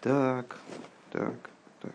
Так, так, так.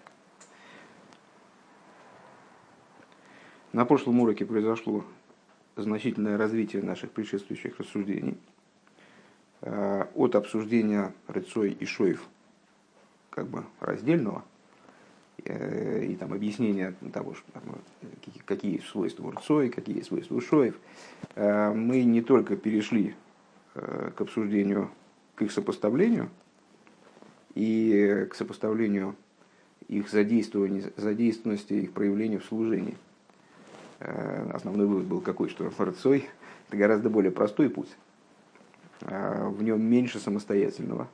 На прошлом уроке произошло значительное развитие наших предшествующих рассуждений. От обсуждения Рыцой и Шоев как бы раздельного и там объяснения того, что, какие свойства у Рыцой, какие свойства у Шоев, мы не только перешли к обсуждению, к их сопоставлению и к сопоставлению их задействованности, их проявления в служении. Основной вывод был какой, что Рыцой – это гораздо более простой путь. В нем меньше самостоятельного.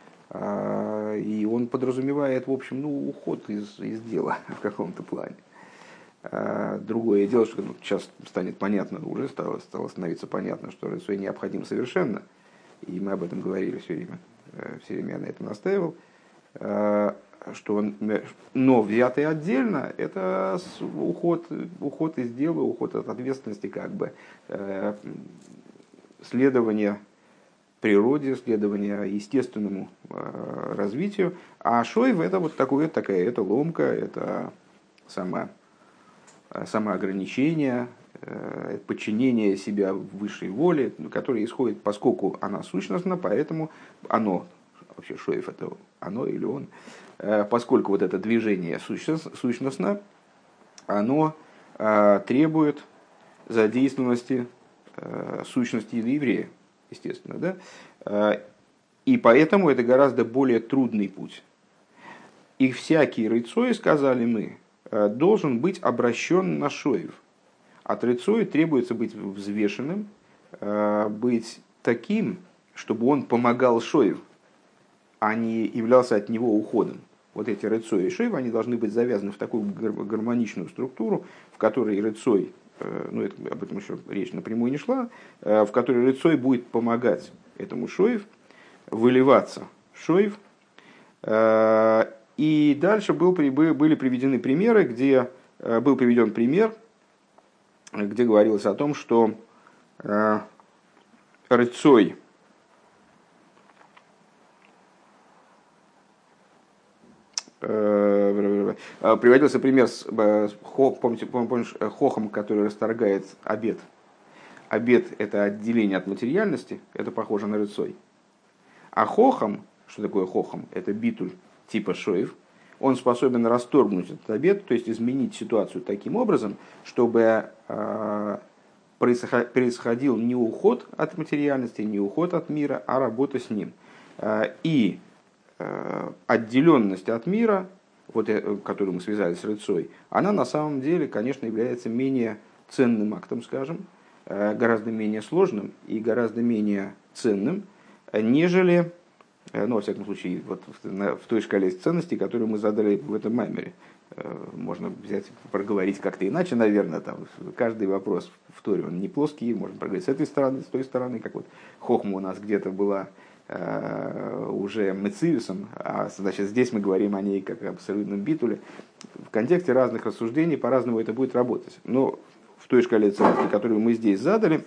И он подразумевает, в общем, уход из дела в каком-то плане. Другое дело, что сейчас станет понятно, уже стало становиться понятно, что Рыцой необходим совершенно. И мы об этом говорили все время я на этом настаивал. Но взятый отдельно, это уход из дела, уход от ответственности, как бы следование природе, следование естественному развитию. А Шоев это вот такая это ломка, это самоограничение, подчинение себя высшей воле, которое исходит, поскольку она сущностна, поэтому оно, вообще Шоев это оно или он, поскольку вот это движение сущностно, оно требует задействованности сущности еврея, естественно, да? И поэтому это гораздо более трудный путь. И всякий Рыцой, сказали мы, должен быть обращен на Шоев. От Рыцой требуется быть взвешенным, быть таким, чтобы он помогал Шоев, а не являлся от него уходом. Вот эти Рыцой и Шоев, они должны быть завязаны в такую гармоничную структуру, в которой Рыцой, об этом еще речь напрямую не шла, в которой Рыцой будет помогать этому Шоев выливаться в Шоев. И дальше были приведены примеры, где был приведен пример, где говорилось о том, что Рыцой приводился пример помнишь, хохом, который расторгает обет. Обет – это отделение от материальности, это похоже на Рыцой. А хохом, что такое хохом? Это битуль типа Шоев. Он способен расторгнуть этот обет, то есть изменить ситуацию таким образом, чтобы происходил не уход от материальности, не уход от мира, а работа с ним. И отделенность от мира, которую мы связали с Рыцой, она на самом деле, конечно, является менее ценным актом, скажем, гораздо менее сложным и гораздо менее ценным, нежели, во всяком случае, в той шкале ценностей, которую мы задали в этом маймере. Можно взять, проговорить как-то иначе, наверное, там, каждый вопрос в Торе, он не плоский, можно проговорить с этой стороны, с той стороны, как вот хохма у нас где-то была уже мециусом, а значит, здесь мы говорим о ней как об абсолютном битуле. В контексте разных рассуждений по-разному это будет работать. Но в той шкале ценностей, которую мы здесь задали,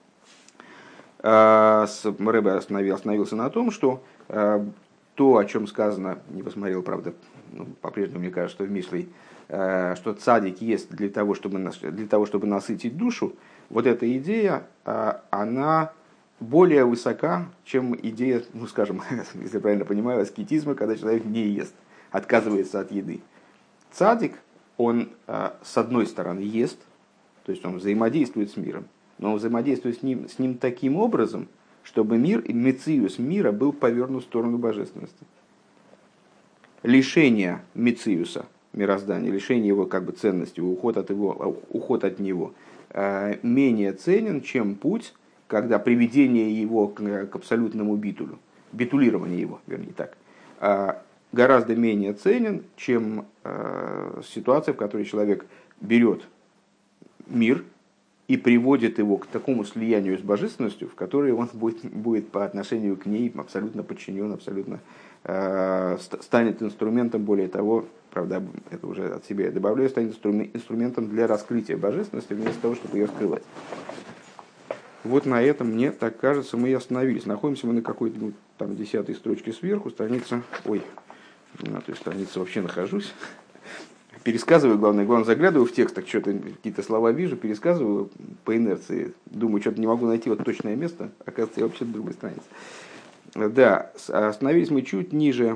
Рэбе остановился на том, что то, о чем сказано, не посмотрел, правда, по-прежнему мне кажется, что в Мишлей, что цадик есть для того, чтобы насытить душу, вот эта идея, она более высока, чем идея, скажем, если правильно понимаю, аскетизма, когда человек не ест, отказывается от еды. Цадик, он с одной стороны ест, то есть он взаимодействует с миром, но он взаимодействует с ним таким образом, чтобы мир и мециус мира был повернут в сторону божественности. Лишение мециуса, мироздания, лишение его как бы ценности, уход от него менее ценен, чем путь, когда приведение его к абсолютному битулю, битулирование его, вернее так, гораздо менее ценен, чем ситуация, в которой человек берет мир и приводит его к такому слиянию с божественностью, в которой он будет по отношению к ней абсолютно подчинен, абсолютно станет инструментом, более того, правда, это уже от себя я добавляю, станет инструментом для раскрытия божественности, вместо того, чтобы ее скрывать. Вот на этом, мне так кажется, мы и остановились. Находимся мы на какой-то там 10-й строчке сверху, страница на той странице вообще нахожусь. Пересказываю, главное, заглядываю в текст, так что-то, какие-то слова вижу, пересказываю по инерции. Думаю, что-то не могу найти вот точное место. Оказывается, я вообще на другой странице. Да, остановились мы чуть ниже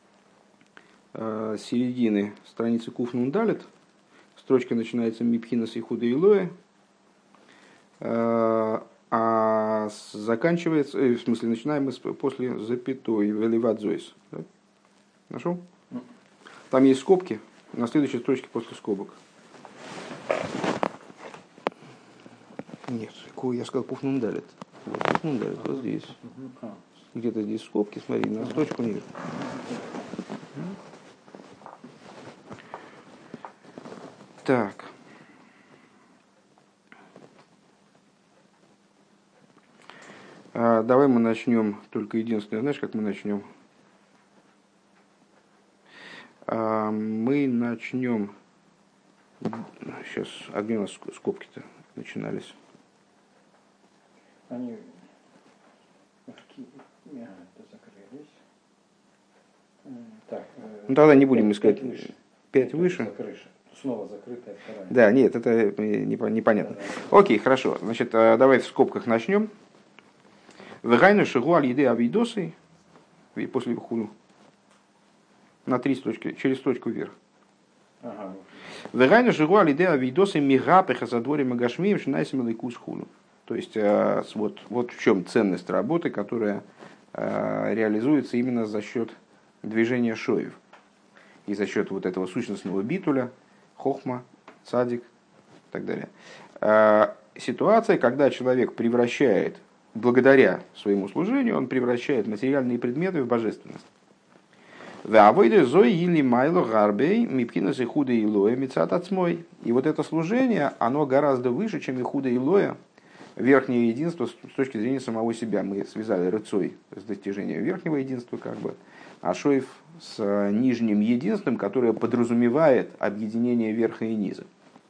середины страницы Куф Нун Далет. Строчка начинается Мипхинас и Худа Илоэ. А заканчивается, в смысле, начинаем мы после запятой Веливат Зойс. Да? Нашел? Там есть скобки. На следующей строчке после скобок. Нет, я сказал Пуфнундалит. Вот Пуфнундалит, вот здесь. Где-то здесь скобки, смотри, на строчку ниже. Так. Давай мы начнем, только единственное, знаешь, как мы начнем? Мы начнем... Сейчас, а где у нас скобки-то начинались? Они закрылись. Так, ну тогда не будем искать 5 выше. Снова закрытая вторая. Да, нет, это непонятно. Да. Окей, хорошо. Значит, давай в скобках начнем. Вегайну шигу аль еды авидосы после худу. На 3 строчки, через строчку вверх. Вегайну шигу аль еды авидосы мигапеха за дворе магашмием шинайсим лейкус худу. То есть, вот в чем ценность работы, которая реализуется именно за счет движения шоев. И за счет вот этого сущностного битуля, хохма, цадик и так далее. Ситуация, когда человек превращает, благодаря своему служению, он превращает материальные предметы в божественность. И вот это служение, оно гораздо выше, чем ихуда илоя, верхнее единство с точки зрения самого себя. Мы связали рыцой с достижением верхнего единства, как бы, а шоев с нижним единством, которое подразумевает объединение верха и низа.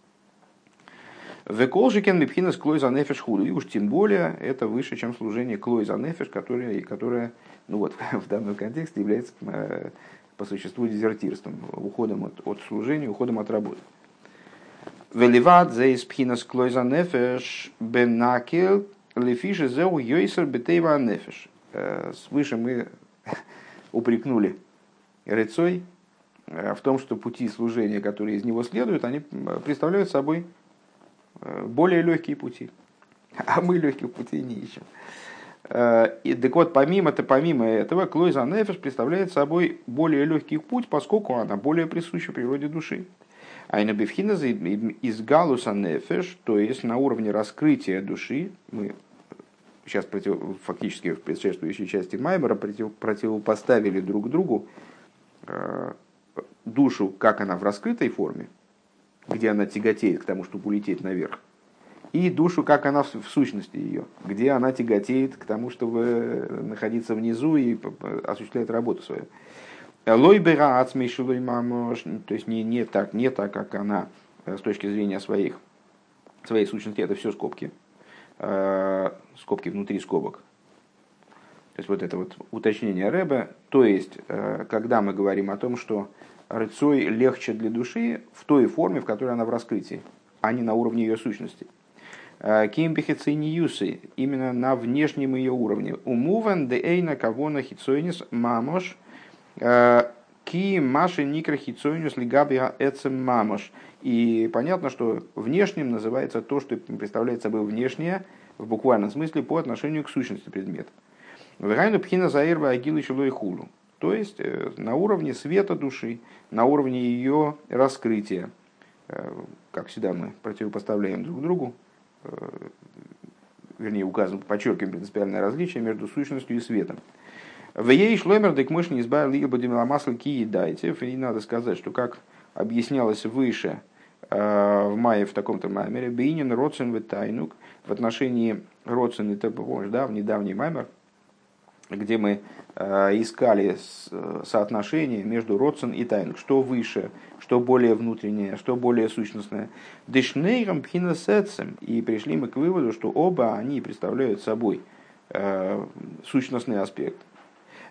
Веколжикен мипхинас клой за нефеш худу. И уж тем более это выше, чем служение клой за нефеш, которое ну вот, в данном контексте является по существу дезертирством, уходом от служения, уходом от работы. Веливат за испхинас клой за нефеш бенакел лефиши зеу йойсер бетейва нефеш. Свыше мы упрекнули рыцой в том, что пути служения, которые из него следуют, они представляют собой более легкие пути, а мы легких путей не ищем. И так вот, помимо этого, клой за нефеш представляет собой более легкий путь, поскольку она более присуща природе души. А на бифхина из галуса нефеш, то есть на уровне раскрытия души, мы сейчас фактически в предшествующей части Маймера противопоставили друг другу душу, как она в раскрытой форме, где она тяготеет к тому, чтобы улететь наверх, и душу, как она в сущности ее, где она тяготеет к тому, чтобы находиться внизу и осуществлять работу свою. Лойбера ацмейшилой мамош, то есть не так, как она с точки зрения своей сущности, это все скобки. Скобки внутри скобок. То есть вот это вот уточнение Ребе. То есть, когда мы говорим о том, что рыцой легче для души в той форме, в которой она в раскрытии, а не на уровне ее сущности. Кимбихицейниюсы, именно на внешнем ее уровне. Умуван де эйна кавона хицойнис мамош ки маши никра хицойнис лигабиа эцем мамош. И понятно, что внешним называется то, что представляет собой внешнее, в буквальном смысле, по отношению к сущности предмета. Вегайну пхина заирва агилу чулой хулу. То есть на уровне света души, на уровне ее раскрытия. Как всегда мы противопоставляем друг другу, вернее подчеркиваем принципиальное различие между сущностью и светом. В ей шломер дек мышь не избавил их бодимила масла кии дайтев. И надо сказать, что как объяснялось выше в мае в таком-то маймере, бейнин родсен витайнук в отношении родсен, ты помнишь, да, в недавний маймер, где мы искали соотношение между родсен и тайнук, что выше, что более внутреннее, что более сущностное. Дешнейрам пхинасецем, и пришли мы к выводу, что оба они представляют собой сущностный аспект.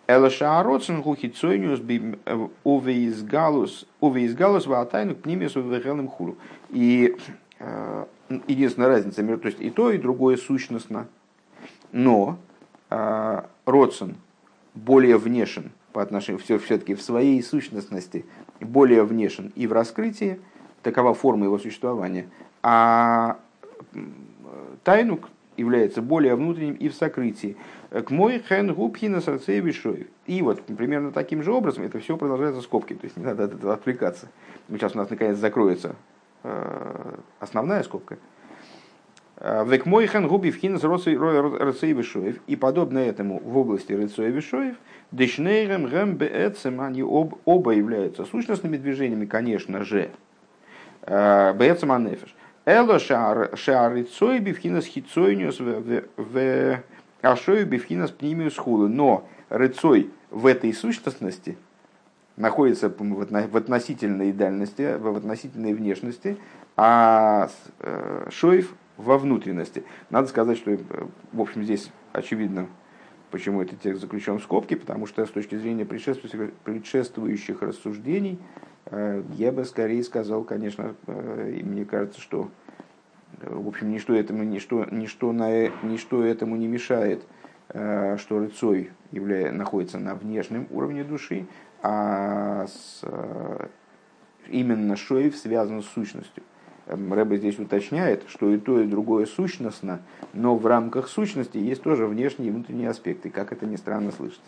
Элашаароцен гухицойниус би увеизгалус ваатайну пнимиус вехелым хулу. И единственная разница между, то есть и то, и другое сущностно, но роцен более внешен по отношению, все-таки в своей сущностности более внешен и в раскрытии, такова форма его существования, а тайнук является более внутренним и в сокрытии. К мой хэн губхина сарцей вишой. И вот примерно таким же образом это все продолжается скобки, то есть не надо от этого отвлекаться. Сейчас у нас наконец закроется основная скобка. Век мой хэн губи вхина сарцей вишоев. И подобно этому в области рыцой вишоев, дешнейрем гэм бээцем, они оба являются сущностными движениями, конечно же. Бээцем анефеш. Эло шаарицой бифхинас хицойниус в ашою бифхинас пнимиус хулы. Но рыцой в этой сущностности находится в относительной дальности, в относительной внешности, а шоев во внутренности. Надо сказать, что, в общем, здесь очевидно, почему этот текст заключен в скобки, потому что с точки зрения предшествующих рассуждений, я бы скорее сказал, конечно, и мне кажется, что, в общем, ничто этому не мешает, что рыцой находится на внешнем уровне души, а именно шоев связан с сущностью. Рэбе здесь уточняет, что и то, и другое сущностно, но в рамках сущности есть тоже внешние и внутренние аспекты, как это ни странно слышится.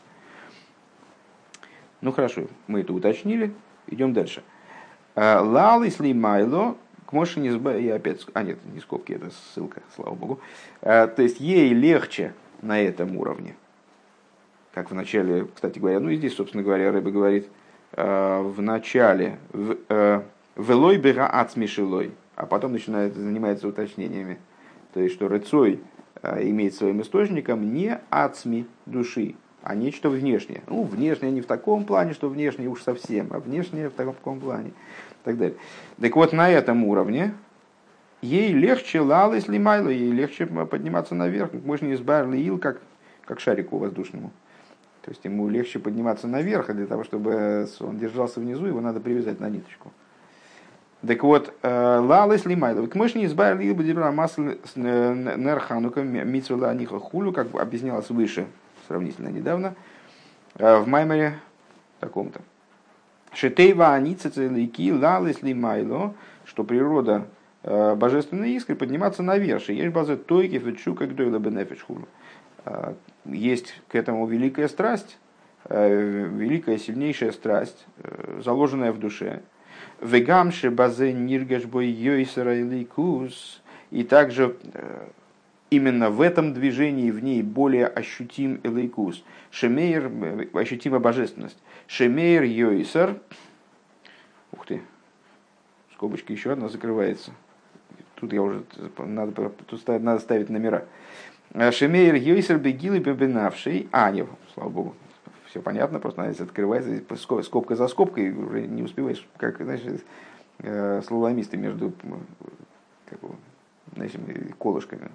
Ну хорошо, мы это уточнили. Идем дальше. Лал исли майло к Моше не сбавили. Я опять... нет, не скобки, это ссылка, слава богу. То есть ей легче на этом уровне. Как в начале, кстати говоря, ну и здесь, собственно говоря, Рэбе говорит, в начале велой бера ацмишилой, а потом начинает заниматься уточнениями. То есть, что рыцой имеет своим источником не ацми души, а нечто внешнее. Ну, внешнее не в таком плане, что внешнее уж совсем, а внешнее в таком плане. И так далее. Так вот, на этом уровне ей легче лалась лимайло, ей легче подниматься наверх, можно не избавили ил, как шарику воздушному. То есть, ему легче подниматься наверх, а для того, чтобы он держался внизу, его надо привязать на ниточку. Так вот, лалась лимайло, можно не избавили ил, бы масл нерханука митсвела аниха хулю, как объяснялось выше, сравнительно недавно, в Маймере таком-то. Шетейва аницецелики лалес лимайло, что природа божественной искры подниматься наверх. Есть база тойки фетшу как дойла бенефишхулу. Есть к этому великая страсть, великая сильнейшая страсть, заложенная в душе. Вегамши базе ниргашбой йойсера иликус. И также именно в этом движении в ней более ощутим элейкус. Шемейр, ощутима божественность. Шемейр йойсер. Ух ты. Скобочка еще одна закрывается. Тут надо ставить номера. Шемейр йойсер бегилы бебенавший. Нет, слава богу. Все понятно, просто надо открывается. Скобка за скобкой уже не успеваешь. Как, знаешь, словомисты между... колышками.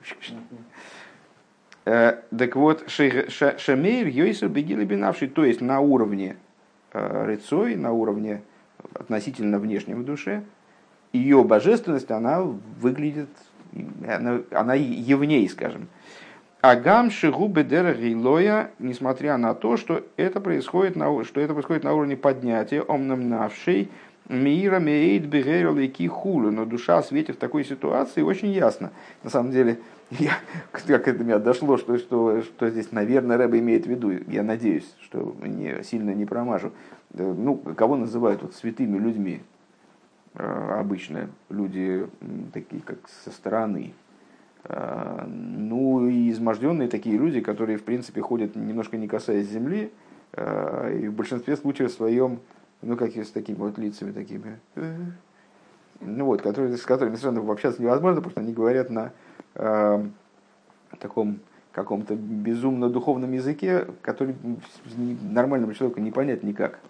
Так вот, шемейр йойсер бегилы бенавший, то есть на уровне рыцой, на уровне относительно внешнем в душе, ее божественность, она выглядит, она явней, скажем. Агам шигубе дерагилоя, несмотря на то, что это происходит на уровне поднятия, омнам навшей, мира меид бегерел и хулу, но душа светит в такой ситуации очень ясно. На самом деле, как это до меня дошло, что здесь, наверное, Рэбе имеет в виду, я надеюсь, что сильно не промажу. Ну, кого называют вот святыми людьми? Обычно люди такие, как со стороны. Ну, и изможденные такие люди, которые, в принципе, ходят немножко не касаясь земли, и в большинстве случаев своем, ну, как с такими вот лицами такими, ну, вот, с которыми совершенно общаться невозможно, потому что они говорят на таком каком-то безумно духовном языке, который нормальному человеку не понять никак.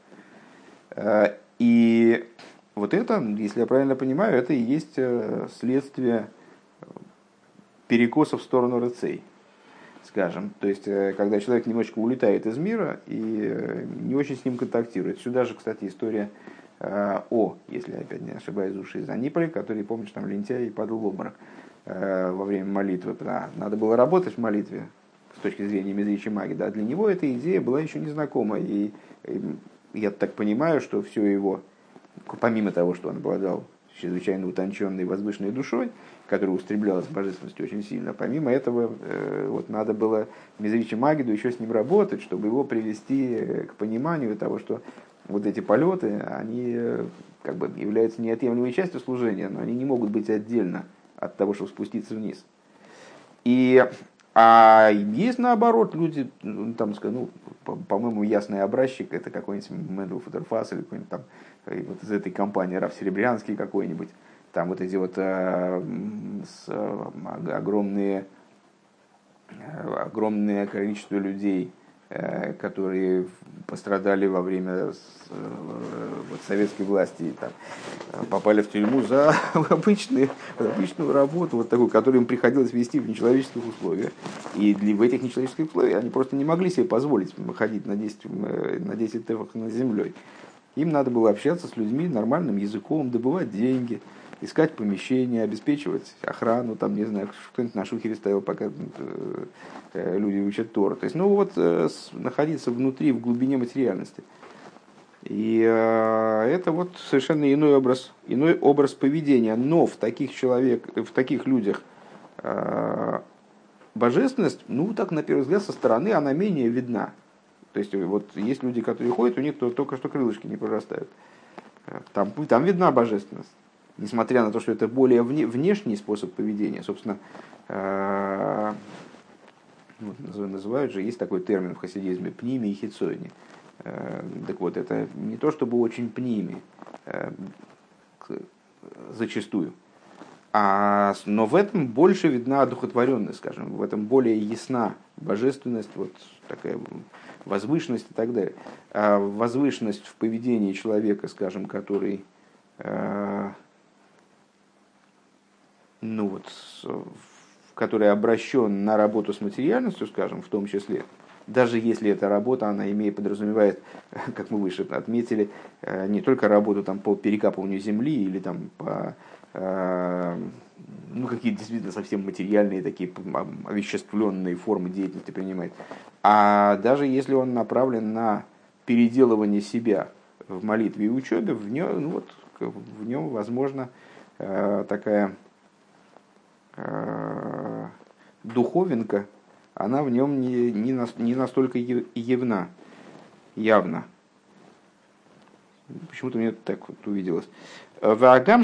И вот это, если я правильно понимаю, это и есть следствие перекоса в сторону рыцей. скажем. То есть, когда человек немножечко улетает из мира и не очень с ним контактирует. Сюда же, кстати, история если я опять не ошибаюсь, уши из Аниполи, который, помнишь, там лентяй и падал в обморок во время молитвы. Надо было работать в молитве с точки зрения Мизричи Маги. Да, для него эта идея была еще незнакома. И я так понимаю, что все его, помимо того, что он обладал чрезвычайно утонченной возвышенной душой, которая устремлялась к божественности очень сильно, помимо этого надо было Мизричи Магиду еще с ним работать, чтобы его привести к пониманию того, что вот эти полеты, они как бы являются неотъемлемой частью служения, но они не могут быть отдельно от того, чтобы спуститься вниз. А есть наоборот люди, там, по-моему, ясный образчик, это какой-нибудь Мэндл Футерфас или какой-нибудь там вот из этой компании Раф Серебрянский какой-нибудь, там вот эти вот огромное количество людей, которые пострадали во время советской власти и там, попали в тюрьму за обычную работу, вот такую, которую им приходилось вести в нечеловеческих условиях. И в этих нечеловеческих условиях они просто не могли себе позволить ходить на 10 тефах над землей. Им надо было общаться с людьми нормальным языком, добывать деньги, искать помещения, обеспечивать охрану, там, не знаю, кто-нибудь на шухере стоял, пока люди учат Тору. То есть, находиться внутри, в глубине материальности. И это вот совершенно иной образ поведения. Но в таких людях божественность, так на первый взгляд, со стороны она менее видна. То есть, вот есть люди, которые ходят, у них только что крылышки не прорастают. Там видна божественность. Несмотря на то, что это более внешний способ поведения, собственно, называют же, есть такой термин в хасидизме, пними и хицойни. Так вот, это не то чтобы очень пними, зачастую, но в этом больше видна одухотворенность, скажем, в этом более ясна божественность, вот такая возвышенность и так далее. А возвышенность в поведении человека, скажем, который который обращен на работу с материальностью, скажем, в том числе, даже если эта работа, она подразумевает, как мы выше отметили, не только работу там, по перекапыванию земли или там, по какие-то действительно совсем материальные, такие овеществленные формы деятельности принимает, а даже если он направлен на переделывание себя в молитве и учебе, в нем возможно такая духовинка, она в нем не настолько явна. Почему-то мне так вот увиделось. И вот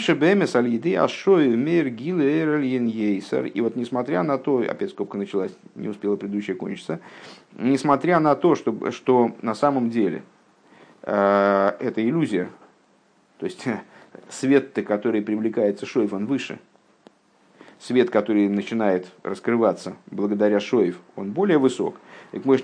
несмотря на то, опять скобка началась, не успела предыдущая кончиться, несмотря на то, что на самом деле это иллюзия, то есть свет-то, который привлекается шоев, он выше. Свет, который начинает раскрываться благодаря шоев, он более высок. И как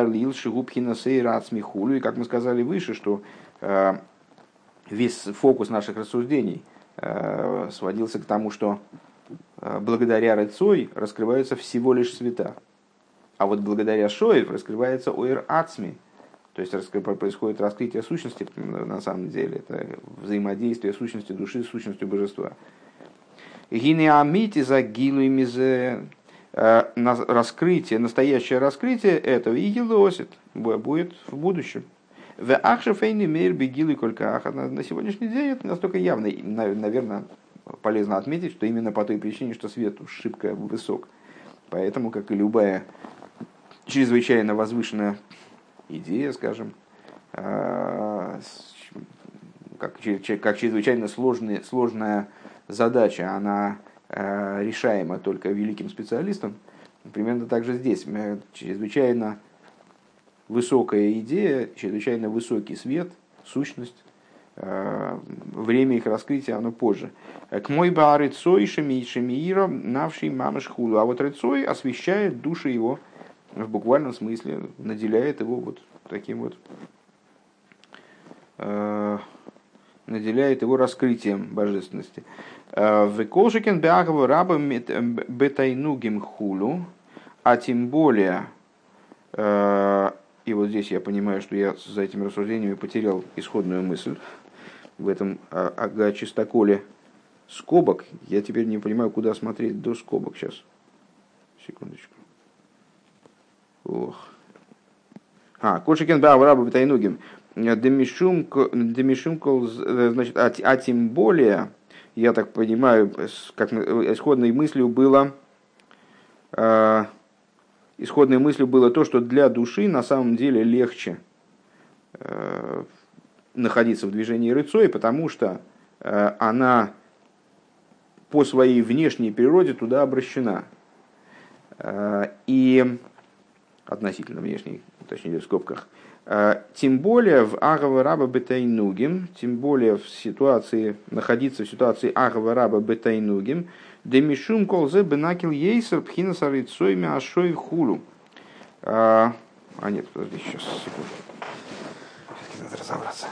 мы сказали выше, что весь фокус наших рассуждений сводился к тому, что благодаря рецой раскрываются всего лишь света. А вот благодаря шоев раскрывается оир ацми. То есть происходит раскрытие сущности, на самом деле. Это взаимодействие сущности души с сущностью божества. Раскрытие, настоящее раскрытие этого и гилосит будет в будущем. На сегодняшний день это настолько явно. И, наверное, полезно отметить, что именно по той причине, что свет шибко высок. Поэтому, как и любая чрезвычайно возвышенная идея, скажем, как чрезвычайно сложная задача, она решаема только великим специалистом, примерно так же здесь. Чрезвычайно высокая идея, чрезвычайно высокий свет, сущность, время их раскрытия, оно позже. К мой бары цой шемиира навший мамыш худу. А вот рецой освещает души его, в буквальном смысле, наделяет его вот таким вот, наделяет его раскрытием божественности. В колшикен беагову раба бетайнугим хулу. а тем более, и вот здесь я понимаю, что я за этими рассуждениями потерял исходную мысль в этом чистоколе скобок. Я теперь не понимаю, куда смотреть до скобок. Сейчас, секундочку. Ох. Кошикен ба раба бетайнугим. Демишум, значит, а тем более, я так понимаю, как исходной мыслью было то, что для души на самом деле легче находиться в движении рыцой, потому что она по своей внешней природе туда обращена. И относительно внешней, точнее в скобках. Тем более в Агава Раба Бетайнугим, тем более в ситуации, находиться в ситуации Агава Раба Бетайнугим, демишум колзе бенакил ейсер пхинас арицойми ашой хулу. Нет, подожди, сейчас, секунду. Все-таки надо разобраться.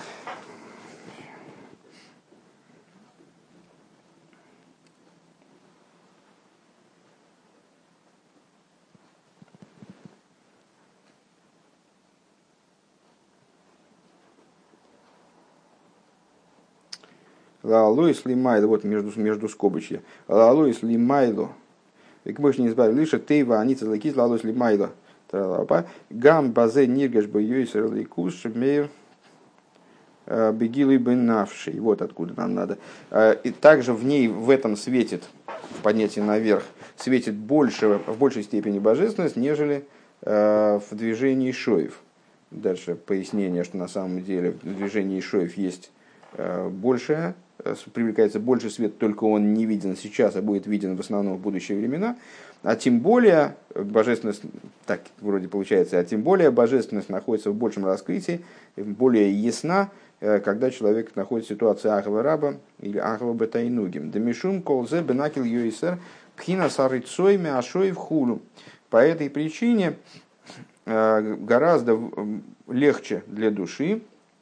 Лалоис лимайло, вот между скобочки. Лалоис лимайло. Как больше не избавили, лишь тейва, они целакис, лалоис лимайло. Гам базе ниргаш боюсь реликус мейр бегилы бы навший. Вот откуда нам надо. И также в ней, в этом светит, в поднятии наверх, светит в большей степени божественность, нежели в движении шоев. Дальше пояснение, что на самом деле в движении шоев есть большее, привлекается больше свет, только он не виден сейчас, а будет виден в основном в будущие времена. А тем более божественность, так вроде получается, а тем более божественность находится в большем раскрытии, более ясна, когда человек находится в ситуации Ахава Раба или Ахава Бетайнугим. Демишум колзе бенакил юисер пхина сарыцойми ашоев хулу. По этой причине гораздо легче для души,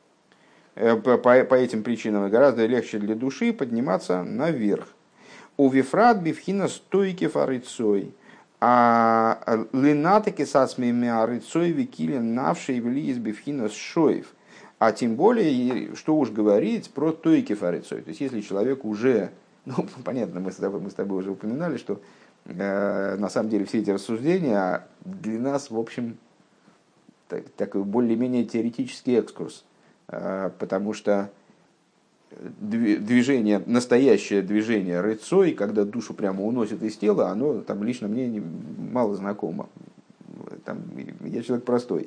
по этим причинам гораздо легче для души подниматься наверх. У вифрат бифхина стойки фарицой, а линатеки сасмими арицой викилин навший влиз бифхина шоев. А тем более, что уж говорить про тойки фарицой. То есть, если человек уже, понятно, мы с тобой уже упоминали, что на самом деле все эти рассуждения для нас, в общем, такой более-менее теоретический экскурс. Потому что движение, настоящее движение рыцой, когда душу прямо уносит из тела, оно там лично мне мало знакомо. Я человек простой.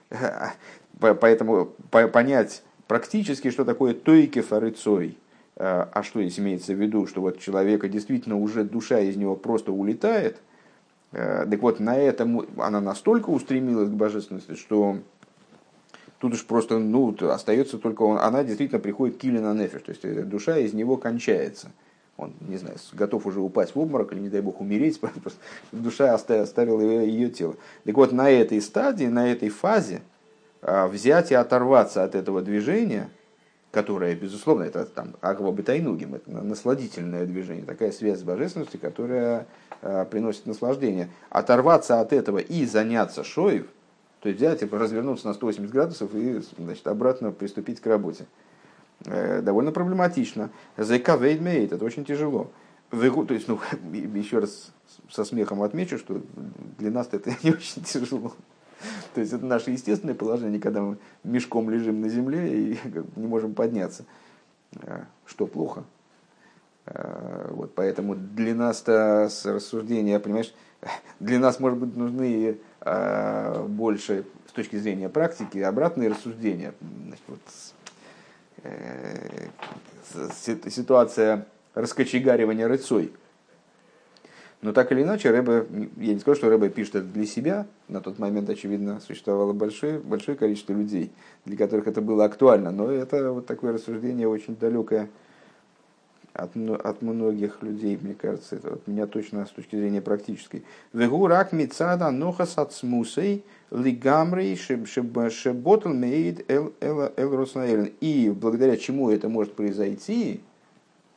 Поэтому понять практически, что такое тойкеф рыцой, а что здесь имеется в виду, что вот человека действительно уже душа из него просто улетает, так вот на этом она настолько устремилась к божественности, что тут уж просто остается только она действительно приходит к килина нефеш, то есть душа из него кончается. Он, не знаю, готов уже упасть в обморок или, не дай бог, умереть, просто душа оставила ее тело. Так вот, на этой стадии, на этой фазе взять и оторваться от этого движения, которое, безусловно, это там агва бетайнугим, это насладительное движение, такая связь с божественностью, которая приносит наслаждение. Оторваться от этого и заняться шоев, то есть взять и развернуться на 180 градусов и, значит, обратно приступить к работе. Довольно проблематично. Это очень тяжело. То есть, еще раз со смехом отмечу, что для нас это не очень тяжело. То есть это наше естественное положение, когда мы мешком лежим на земле и не можем подняться. Что плохо. Вот, поэтому для нас-то с рассуждения, понимаешь, для нас, может быть, нужны больше с точки зрения практики обратные рассуждения. Значит, вот, ситуация раскочегаривания рыцой. Но так или иначе, Ребе, я не скажу, что Ребе пишет это для себя. На тот момент, очевидно, существовало большое количество людей, для которых это было актуально. Но это вот такое рассуждение очень далекое от многих людей, мне кажется. Это от меня точно с точки зрения практической. Вегурак мицада нохас ацмусей лигамрей шеботл мейд эл роснаэлен. И благодаря чему это может произойти?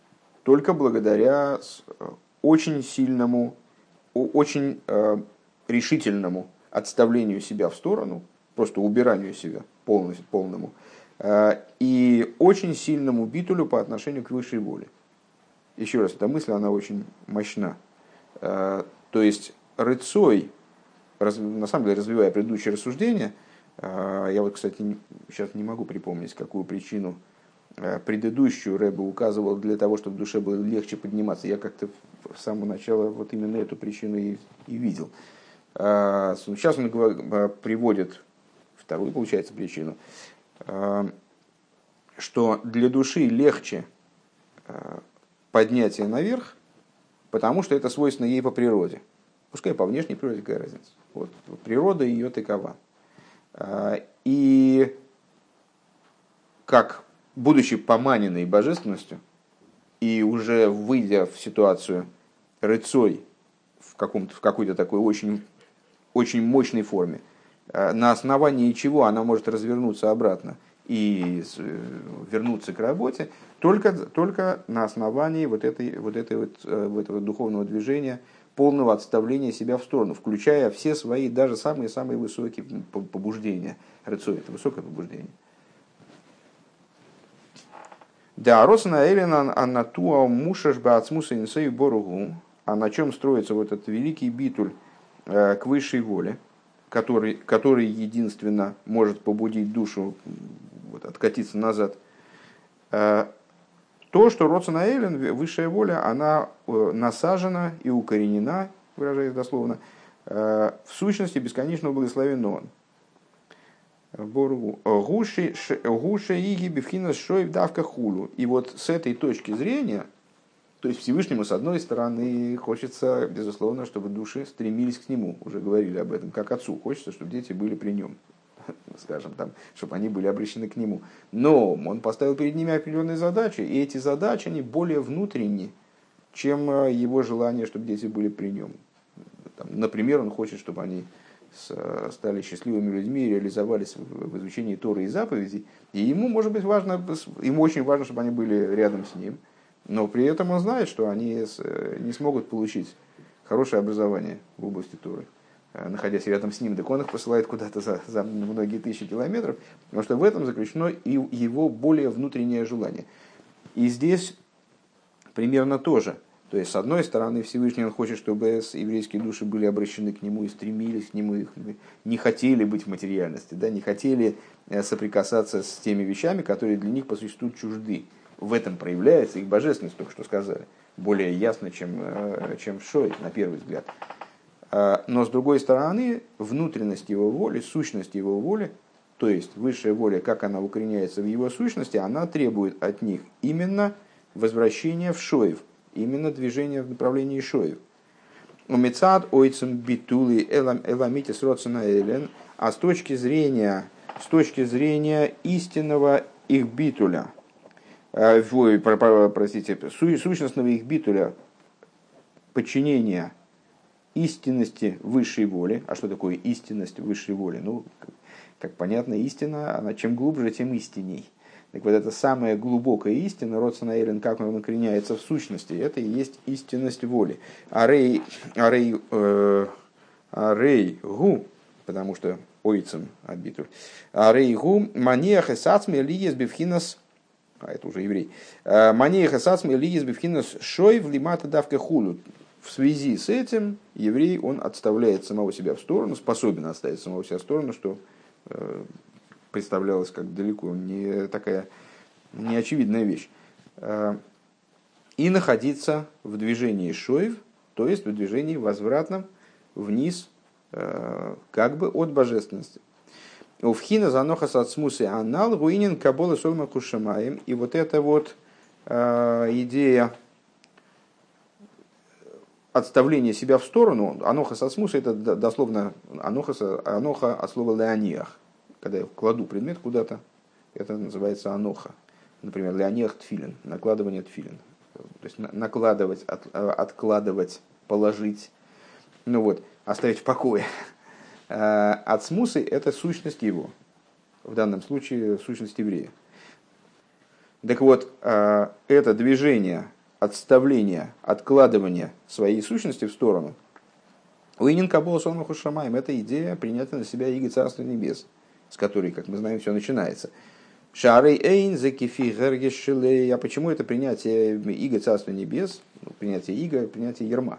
Только благодаря очень сильному, очень решительному отставлению себя в сторону, просто убиранию себя полному, и очень сильному битулю по отношению к высшей воле. Еще раз, эта мысль, она очень мощна. То есть рыцой, на самом деле, развивая предыдущее рассуждение, я вот, кстати, сейчас не могу припомнить, какую причину предыдущую Рэбе указывал для того, чтобы душе было легче подниматься. Я как-то с самого начала вот именно эту причину и видел. Сейчас он приводит вторую, получается, причину, что для души легче поднятие наверх, потому что это свойственно ей по природе. Пускай по внешней природе, какая разница. Вот, природа ее такова. И как будучи поманенной божественностью и уже выйдя в ситуацию рыцой в какой-то такой очень, очень мощной форме, на основании чего она может развернуться обратно и вернуться к работе, только на основании этого духовного движения, полного отставления себя в сторону, включая все свои, даже самые-самые высокие побуждения. Рыцой – это высокое побуждение. Да, Росана Элина Анатуа Мушаш Баацмуса Инсей Боругу. А на чем строится вот этот великий битуль к высшей воле, который единственно может побудить душу вот, откатиться назад. То, что Росана Элин, высшая воля, она насажена и укоренена, выражаясь дословно, в сущности бесконечного благословенного. Гуша иги бифхинас шоев давка хулу. И вот с этой точки зрения, то есть Всевышнему, с одной стороны, хочется, безусловно, чтобы души стремились к нему, уже говорили об этом, как отцу, хочется, чтобы дети были при нем, скажем, там, чтобы они были обращены к нему. Но он поставил перед ними определенные задачи, и эти задачи, они более внутренние, чем его желание, чтобы дети были при нем. Там, например, он хочет, чтобы они стали счастливыми людьми, реализовались в изучении Торы и заповедей, и ему, может быть, ему очень важно, чтобы они были рядом с ним, но при этом он знает, что они не смогут получить хорошее образование в области Торы, находясь рядом с ним. Так он их посылает куда-то за многие тысячи километров, потому что в этом заключено и его более внутреннее желание. И здесь примерно то же. То есть, с одной стороны, Всевышний он хочет, чтобы еврейские души были обращены к нему и стремились к нему, не хотели быть в материальности, да, не хотели соприкасаться с теми вещами, которые для них по существу чужды. В этом проявляется их божественность, только что сказали, более ясно, чем в Шой, на первый взгляд. Но с другой стороны, внутренность его воли, сущность его воли, то есть высшая воля, как она укореняется в его сущности, она требует от них именно возвращения в Шоев, именно движение в направлении Шоев. Умецад ойцем битули эламитис роцена элен, а с точки зрения истинного их битуля, сущностного их битуля, подчинения истинности высшей воли. А что такое истинность высшей воли? Ну, как понятно, истина, она чем глубже, тем истинней. Так вот, это самая глубокая истина, Роцена Элен, как он укореняется в сущности, это и есть истинность воли. Арей гу, потому что ойцем обитуль. Арей гу маниях эсацми лиес бифхинас, это уже еврей. Маниях эсацми лиес бифхинас шой в лимата давка хулу. В связи с этим еврей, он отставляет самого себя в сторону, способен отставить самого себя в сторону, что представлялось как далеко не такая неочевидная вещь. И находиться в движении шоев, то есть в движении возвратном вниз, как бы от божественности. Увхина заноха сацмусы анал руинин кабола сольма кушамаем. И вот эта вот идея отставления себя в сторону, аноха сацмуса, это дословно аноха от слова леониах. Когда я кладу предмет куда-то, это называется аноха. Например, леониах тфилин, накладывание тфилин. То есть накладывать, откладывать, положить, ну вот, оставить в покое. Ацмусы – это сущность его. В данном случае сущность еврея. Так вот, это движение, отставление, откладывание своей сущности в сторону, Уинин Кабола Солмаху Шамаем — это идея принятия на себя иго Царства Небес, с которой, как мы знаем, все начинается. Шарей эйн закифи гергешилей. А почему это принятие иго Царства Небес, принятие иго, принятие ерма?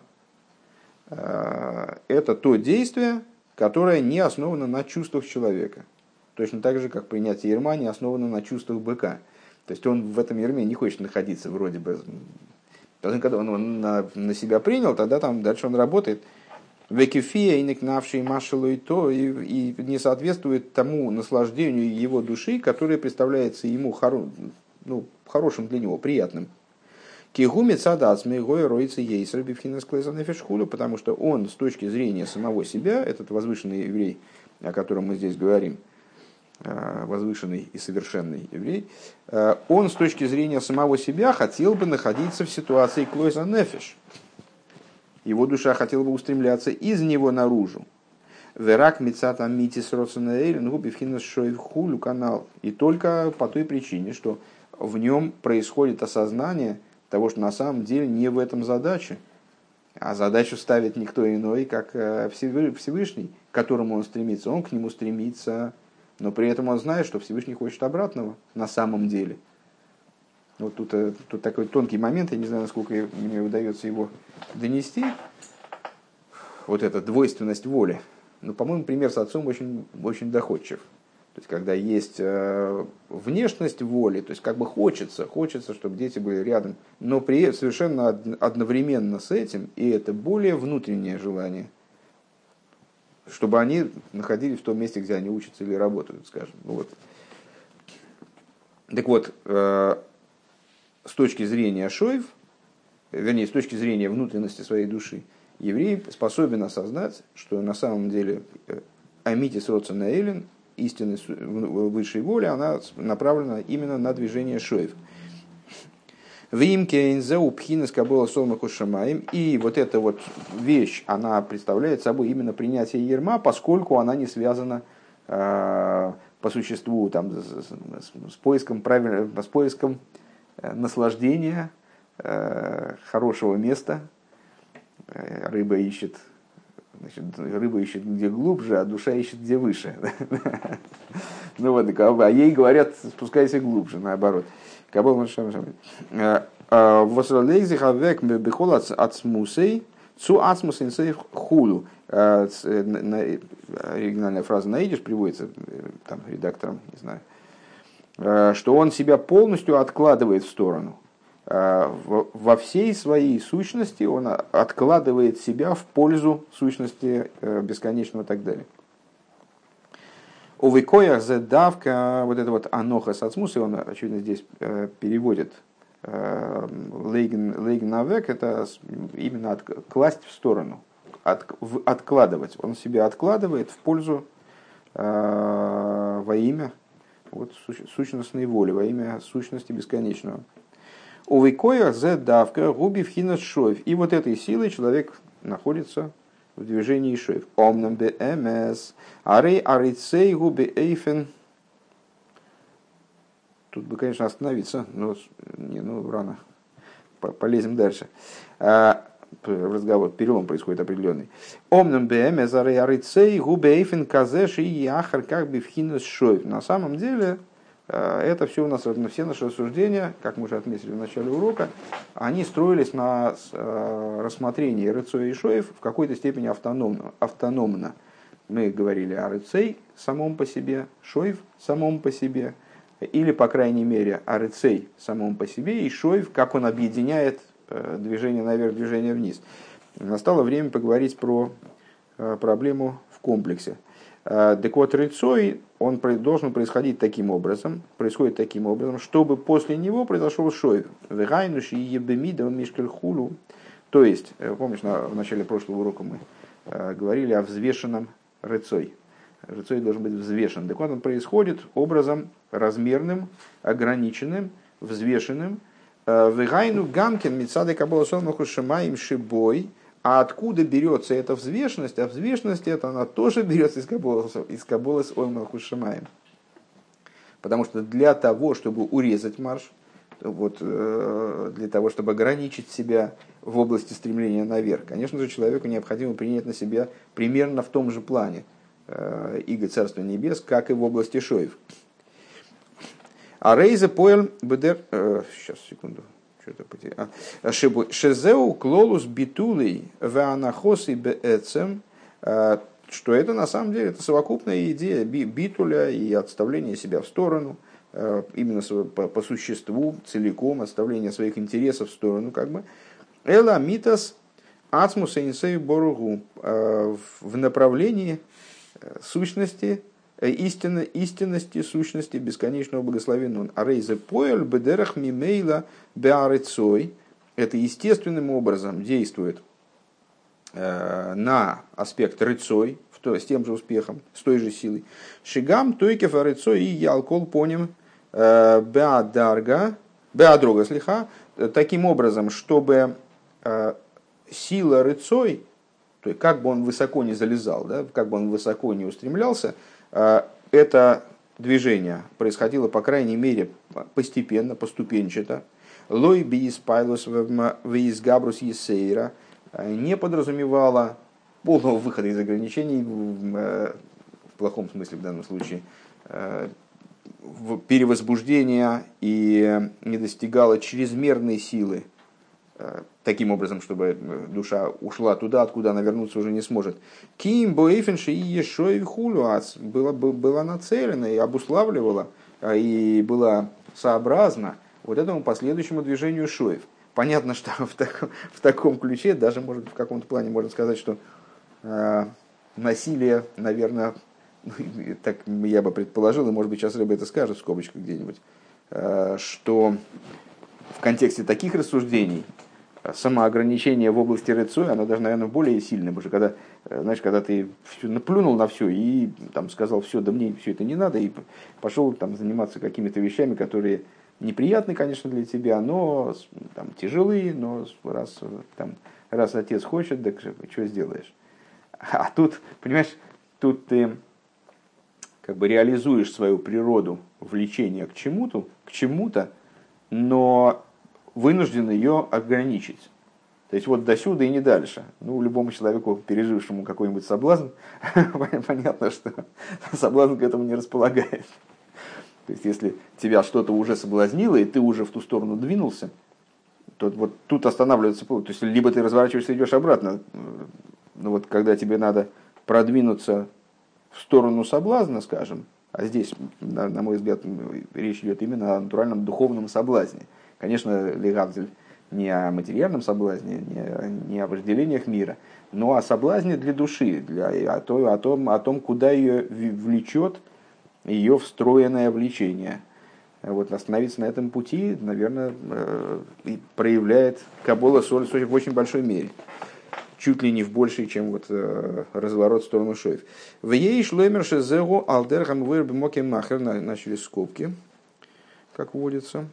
Это то действие, которое не основано на чувствах человека. Точно так же, как принятие ерма не основано на чувствах быка. То есть он в этом ерме не хочет находиться вроде бы. Когда он на себя принял, тогда там дальше он работает. Векифия и никнавший машелу и то, и не соответствует тому наслаждению его души, которое представляется ему хорошим для него, приятным. Кигуми цадас мегой роится ейсер бифхинас клэзанефешхулю, потому что он с точки зрения самого себя, этот возвышенный еврей, о котором мы здесь говорим, возвышенный и совершенный еврей, он с точки зрения самого себя хотел бы находиться в ситуации клэзанефеш. Его душа хотела бы устремляться из него наружу. Верак мицата митис роценаэлен губивхинас шоев хулю канал. И только по той причине, что в нем происходит осознание того, что на самом деле не в этом задача. А задачу ставит никто иной, как Всевышний, к которому он стремится. Он к нему стремится, но при этом он знает, что Всевышний хочет обратного на самом деле. Вот тут такой тонкий момент, я не знаю, насколько мне удается его донести. Вот эта двойственность воли. Но, по-моему, пример с отцом очень, очень доходчив. То есть, когда есть внешность воли, то есть, как бы хочется, чтобы дети были рядом, но совершенно одновременно с этим, и это более внутреннее желание, чтобы они находились в том месте, где они учатся или работают, скажем. Вот. Так вот, с точки зрения шоев, вернее, с точки зрения внутренности своей души, еврей способен осознать, что на самом деле амитис роцена элен, истинная высшей воли, она направлена именно на движение шоев. И вот эта вот вещь, она представляет собой именно принятие ерма, поскольку она не связана по существу там, с поиском наслаждения, хорошего места. Рыба ищет где глубже, а душа ищет где выше. Ну вот, а ей говорят, спускайся глубже, наоборот. Оригинальная фраза на идиш приводится там, редактором, не знаю, что он себя полностью откладывает в сторону. Во всей своей сущности он откладывает себя в пользу сущности бесконечного и так далее. У Викоях задавка, вот это вот аноха сацмус, и он, очевидно, здесь переводит лейген навек, это именно класть в сторону, откладывать. Он себя откладывает в пользу во имя вот, сущностной воли, во имя сущности бесконечного. У Викоях задавка губи вхинас шоев. И вот этой силой человек находится в движении шоев. Омнам бе эмес, арей арицей губи эйфен. Тут бы, конечно, остановиться, но рано. Полезем дальше. Разговор, перелом происходит определенный. Омнам бе эмес, арей арицей губи эйфен казеш и яхар как бы вхинас шоев. На самом деле, это все у нас, все наши рассуждения, как мы уже отметили в начале урока, они строились на рассмотрении рыцоя и шоев в какой-то степени автономно. Мы говорили о рыцей самом по себе, шоев самом по себе, или, по крайней мере, о рыцей самом по себе, и шоев, как он объединяет движение наверх, движение вниз. Настало время поговорить про проблему в комплексе. Так вот, рыцой, он должен происходить таким образом, происходит таким образом, чтобы после него произошел шоев. То есть, помнишь, в начале прошлого урока мы говорили о взвешенном рыцой. Рыцой должен быть взвешен. Так вот, он происходит образом размерным, ограниченным, взвешенным. Вегайну гамкин мицады кабола сонмаху шамаим шибой. А откуда берется эта взвешенность? А взвешенность эта, она тоже берется из каболы с оймаху шамаим. Потому что для того, чтобы урезать марш, вот, для того, чтобы ограничить себя в области стремления наверх. Конечно же, человеку необходимо принять на себя примерно в том же плане иго Царства Небес, как и в области шоев. А рейзе поэль бедер... Сейчас, секунду. Что-то потерял. Шезеу клолус битулей веанахосы беэцем. Что это на самом деле это совокупная идея битуля и отставления себя в сторону, именно по существу, целиком, отставление своих интересов в сторону, как бы. Эла митас ацмуса инсей боругу, в направлении сущности, истинности сущности бесконечного благословенного. Арейзе поэль бедерах мимейла беарецой. Это естественным образом действует на аспект рыцой, с тем же успехом, с той же силой. Шигам тойкев рыцой и ялкол поним беадрога слиха. Таким образом, чтобы сила рыцой, то есть как бы он высоко не залезал, да, как бы он высоко не устремлялся, это движение происходило, по крайней мере, постепенно, поступенчато. Лой биис пайлос виис габрус есейра не подразумевало полного выхода из ограничений, в плохом смысле в данном случае, перевозбуждения, и не достигало чрезмерной силы, таким образом, чтобы душа ушла туда, откуда она вернуться уже не сможет. Ким боэйфенши и ешой хулюац была нацелена и обуславливала, и была сообразна вот этому последующему движению шоев. Понятно, что в таком ключе, даже может, в каком-то плане можно сказать, что насилие, наверное, так я бы предположил, и может быть сейчас Ребе это скажет в скобочках где-нибудь, что в контексте таких рассуждений самоограничение в области рыцой, оно даже, наверное, более сильное, потому что когда, знаешь, когда ты наплюнул на все и там, сказал, все, да мне все это не надо, и пошел там, заниматься какими-то вещами, которые неприятны, конечно, для тебя, но там, тяжелые, но раз отец хочет, так что сделаешь? А тут, понимаешь, тут ты как бы реализуешь свою природу влечения к чему-то, но вынужден ее ограничить. То есть вот досюда и не дальше. Ну, любому человеку, пережившему какой-нибудь соблазн, понятно, что соблазн к этому не располагает. То есть если тебя что-то уже соблазнило, и ты уже в ту сторону двинулся, то вот тут останавливается путь. То есть либо ты разворачиваешься и идешь обратно, но вот когда тебе надо продвинуться в сторону соблазна, скажем, а здесь, на мой взгляд, речь идет именно о натуральном духовном соблазне. Конечно, легавзель не о материальном соблазне, не о вожделениях мира, но о соблазне для души, о том, куда ее влечет ее встроенное влечение. Вот остановиться на этом пути, наверное, проявляет Кабола Соль в очень большой мере. Чуть ли не в большей, чем вот разворот в сторону шоев. В ей шлемер шезегу алдергам вырби моки махер, начали скобки, как водится.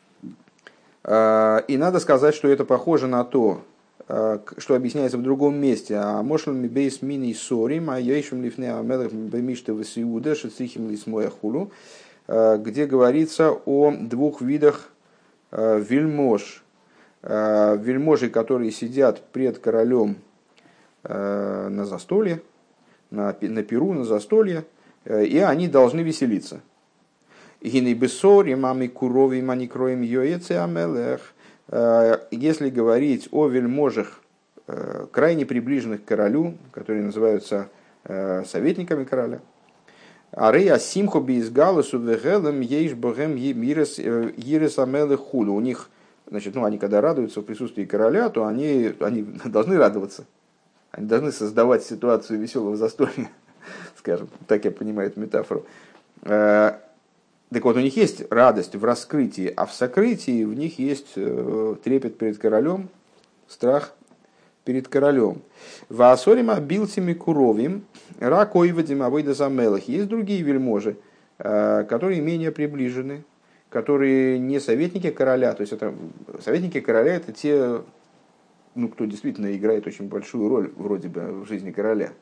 И надо сказать, что это похоже на то, что объясняется в другом месте. А мошлами бейс мини сорим, а яишем лифне амелах бемиште васиуда шицихим лисмоя хулу, где говорится о двух видах вельмож. Вельможи, которые сидят пред королем на застолье, на пиру, на застолье, и они должны веселиться. Если говорить о вельможах, крайне приближенных к королю, которые называются советниками короля, Арея симхо бейсгаласу вегелем ейш богем ерес амелы худу. У них, значит, они когда радуются в присутствии короля, то они должны радоваться. Они должны создавать ситуацию веселого застолья, скажем, так я понимаю эту метафору. Так вот, у них есть радость в раскрытии, а в сокрытии в них есть трепет перед королем, страх перед королем. Ваасорима билтими куровим ракоивадим авойда замелах. Есть другие вельможи, которые менее приближены, которые не советники короля. То есть это, советники короля — это те, кто действительно играет очень большую роль вроде бы в жизни короля.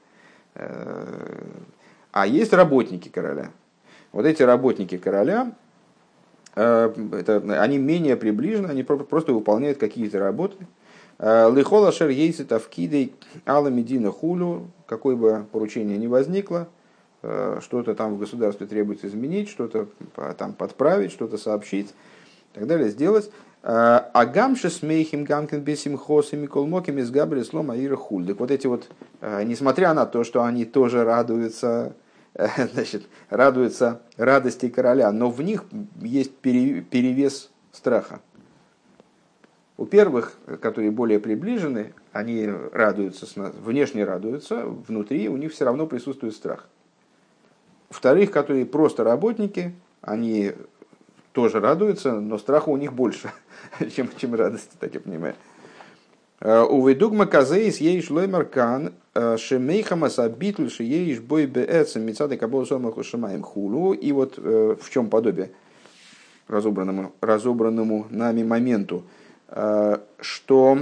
А есть работники короля. Вот эти работники короля, они менее приближены, они просто выполняют какие-то работы. Лихола шер ейсы тавкидей ала медина хулю, какое бы поручение ни возникло, что-то там в государстве требуется изменить, что-то там подправить, что-то сообщить и так далее, сделать. Агамши смейхим гамкин бесим хос и микол моким из габри слома ира хуль. Так вот эти вот, несмотря на то, что они тоже радуются, значит, радуются радости короля, но в них есть перевес страха. У первых, которые более приближены, они радуются, внешне радуются, внутри у них все равно присутствует страх. У вторых, которые просто работники, они тоже радуются, но страха у них больше, чем радости, так я понимаю. Уведугма казеис ейш лоймаркан шемейхама сабитль шеейш бой бээцем мецады кабол сомаху шамаем хулу. И вот в чем подобие разобранному нами моменту, что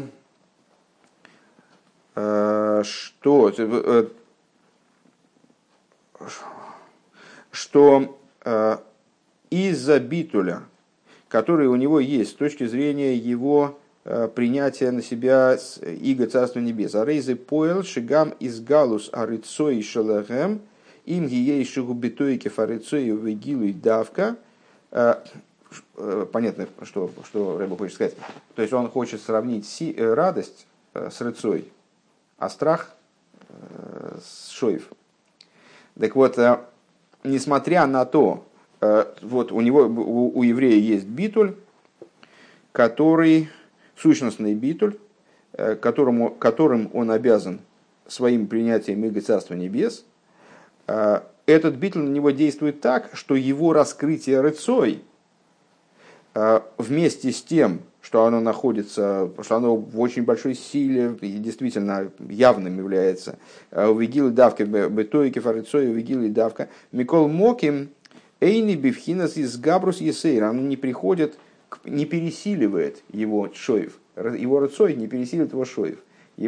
из-за битуля, который у него есть с точки зрения его принятия на себя иго Царства Небес. А рейзы поэл шигам из галус арицой шалагем им гиейшигу битойки фарицой вегилу и давка. Понятно, что Рэбе хочет сказать. То есть он хочет сравнить радость с рыцой, а страх с шоев. Так вот, несмотря на то, вот у еврея есть битуль, который сущностный битуль, которым он обязан своим принятием иго Царства Небес. Этот битуль на него действует так, что его раскрытие рыцой вместе с тем, что оно находится, что оно в очень большой силе и действительно явным является, увигил давка бетойки фарицой, увигил давка микол моким эйни бифхинас из габрус есейр, оно не приходит, не пересиливает его шоев, его рыцой не пересиливает его шоев,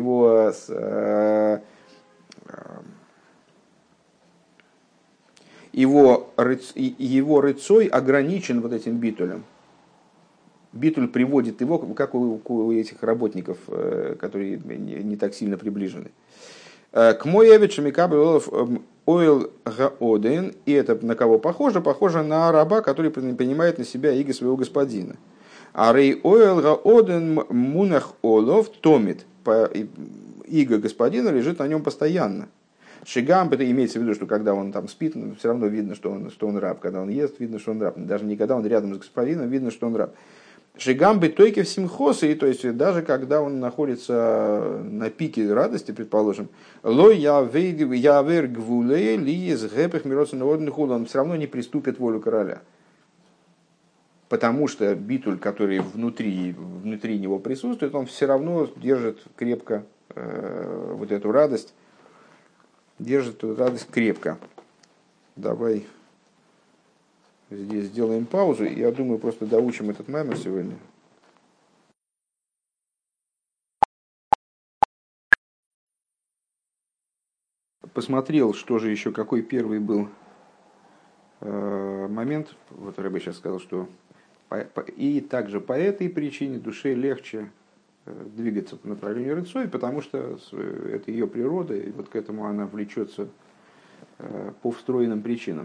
его рыцой ограничен вот этим битулем. Битуль приводит его, как у этих работников, которые не так сильно приближены. К мой эвичамикабелов ойл гаоден, и это на кого похоже? Похоже на раба, который принимает на себя иго своего господина. А рей ойл гаоден мунах олов томит, иго господина лежит на нем постоянно. Шигам, это имеется в виду, что когда он там спит, все равно видно, что он раб. Когда он ест, видно, что он раб. Даже не когда он рядом с господином, видно, что он раб. Шигам бытойки в симхосе, то есть даже когда он находится на пике радости, предположим, лой явер гвулей ли из гэпых мироцинных он все равно не приступит волю короля. Потому что битуль, который внутри него присутствует, он все равно держит крепко вот эту радость, держит эту радость крепко. Давай здесь сделаем паузу. Я думаю, просто доучим этот маймер сегодня. Посмотрел, что же еще, какой первый был момент. Вот Рэбе сейчас сказал, что и также по этой причине душе легче двигаться по направлению рыцой, потому что это ее природа, и вот к этому она влечется по встроенным причинам.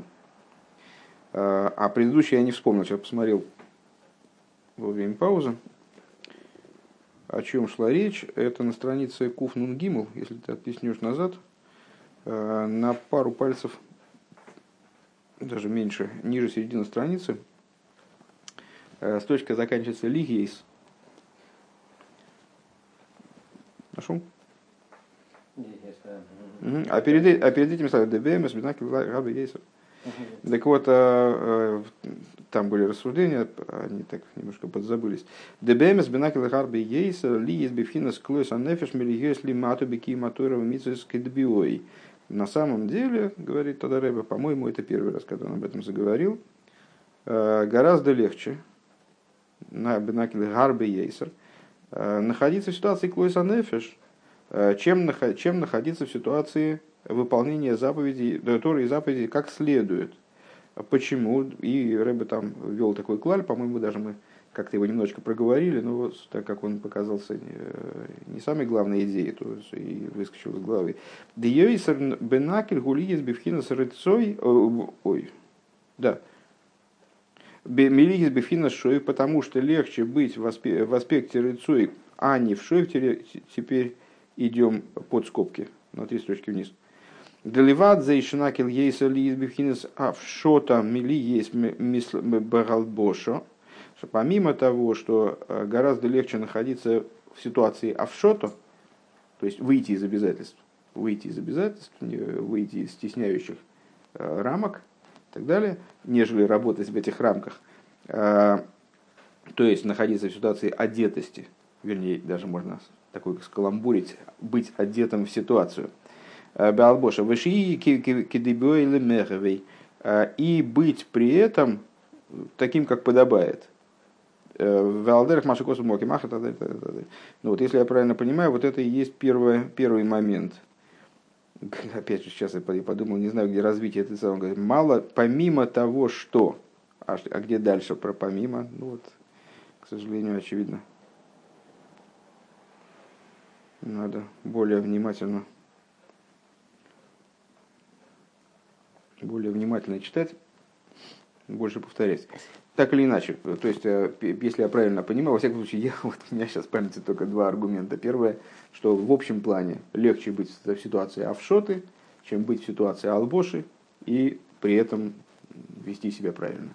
А предыдущий я не вспомнил, сейчас посмотрел во время паузы, о чем шла речь. Это на странице Куф Нун Гимл, если ты оттеснешь назад, на пару пальцев, даже меньше, ниже середины страницы, строчка заканчивается Лигейс. Нашел? А перед этим стали ДБМ, Сбинаки, Раби Ейсер. Так вот, там были рассуждения, они так немножко подзабылись. ДБМС бинакел харби ейсер ли есть бифхинас клойс аннефиш мелигиос ли мату бики матурова митсус кедбиой. На самом деле, говорит тогда Рэбе, по-моему, это первый раз, когда он об этом заговорил, гораздо легче на бинакел харби ейсер находиться в ситуации клойс аннефиш, чем находиться в ситуации выполнения заповедей, Торы и заповедей как следует. Почему? И Рэбе там ввел такой клаль, по-моему, даже мы как-то его немножечко проговорили, но вот так как он показался не самой главной идеей, то и выскочил из головы. Дьёйсер бенакель гулиес бифхинас рыцой, ой, да, милигис бифхинас шоев, потому что легче быть в аспекте рыцой, а не в шоев. Теперь идем под скобки, на 3 строчки вниз. Деливат зейшнакел ейса лиес бифхинас авшота мили есть баралбошо. Помимо того, что гораздо легче находиться в ситуации офшото, то есть выйти из обязательств, выйти из стесняющих рамок и так далее, нежели работать в этих рамках, то есть находиться в ситуации одетости, вернее, даже можно такой скаламбурить, быть одетым в ситуацию. Балбоша, выши кидебёйлы меховей, и быть при этом таким, как подобает. Валдерах Машикосу Моки Маха. Ну вот, если я правильно понимаю, вот это и есть первый момент. Опять же, сейчас я подумал, не знаю, где развитие этой самой. Мало, помимо того, что. А где дальше про помимо? Ну вот, к сожалению, очевидно. Надо более внимательно читать, больше повторять. Так или иначе, то есть, если я правильно понимаю, во всяком случае, у меня сейчас в памяти только 2 аргумента. Первое, что в общем плане легче быть в ситуации авшоты, чем быть в ситуации албоши, и при этом вести себя правильно.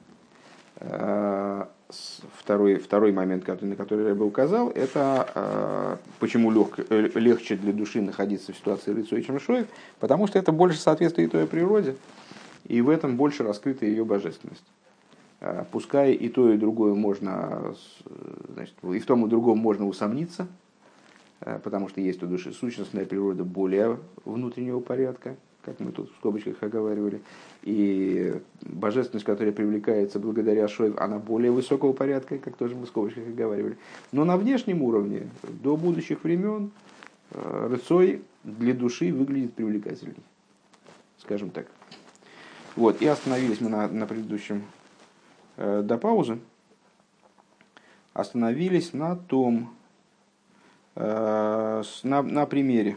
Второй момент, на который я бы указал, это почему легче для души находиться в ситуации рыцой, чем шоев, потому что это больше соответствует ее природе, и в этом больше раскрыта ее божественность. Пускай и то, и другое можно, значит, и в том, и другом можно усомниться, потому что есть у души сущностная природа более внутреннего порядка, как мы тут в скобочках оговаривали, и божественность, которая привлекается благодаря шоев, она более высокого порядка, как тоже мы в скобочках оговаривали. Но на внешнем уровне, до будущих времен, рыцой для души выглядит привлекательней, скажем так. Вот, и остановились мы на предыдущем. До паузы остановились на том, на примере.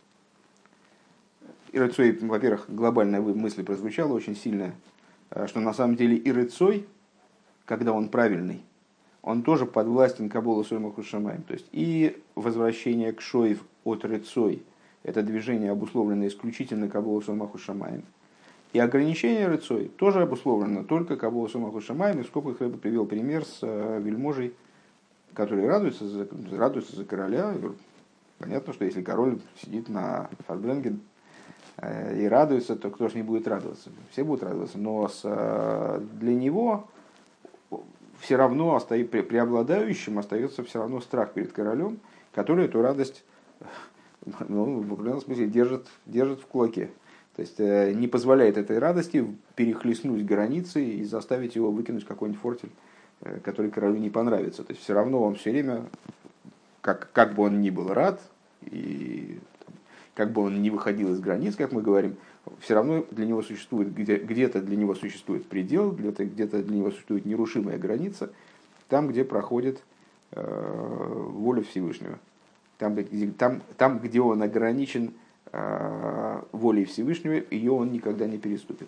И рыцой, во-первых, глобальная мысль прозвучала очень сильная, что на самом деле и рыцой, когда он правильный, он тоже подвластен Каболу Соймаху Шамаим. То есть и возвращение к шоев от рыцой, это движение обусловлено исключительно Каболу Соймаху Шамаим. И ограничение рыцой тоже обусловлено только Каболу Соймаху Шамаим. И в скобках я привел пример с вельможей, который радуется за короля. Понятно, что если король сидит на фарбренге и радуется, то кто же не будет радоваться? Все будут радоваться. Но для него все равно преобладающим остается все равно страх перед королем, который эту радость, ну, в определенном смысле держит в кулаке. То есть не позволяет этой радости перехлестнуть границы и заставить его выкинуть какой-нибудь фортель, который королю не понравится. То есть все равно он все время, как бы он ни был рад, и как бы он ни выходил из границ, как мы говорим, все равно для него существует, где-то для него существует предел, где-то для него существует нерушимая граница, там, где проходит воля Всевышнего. Там, где он ограничен волей Всевышнего, ее он никогда не переступит.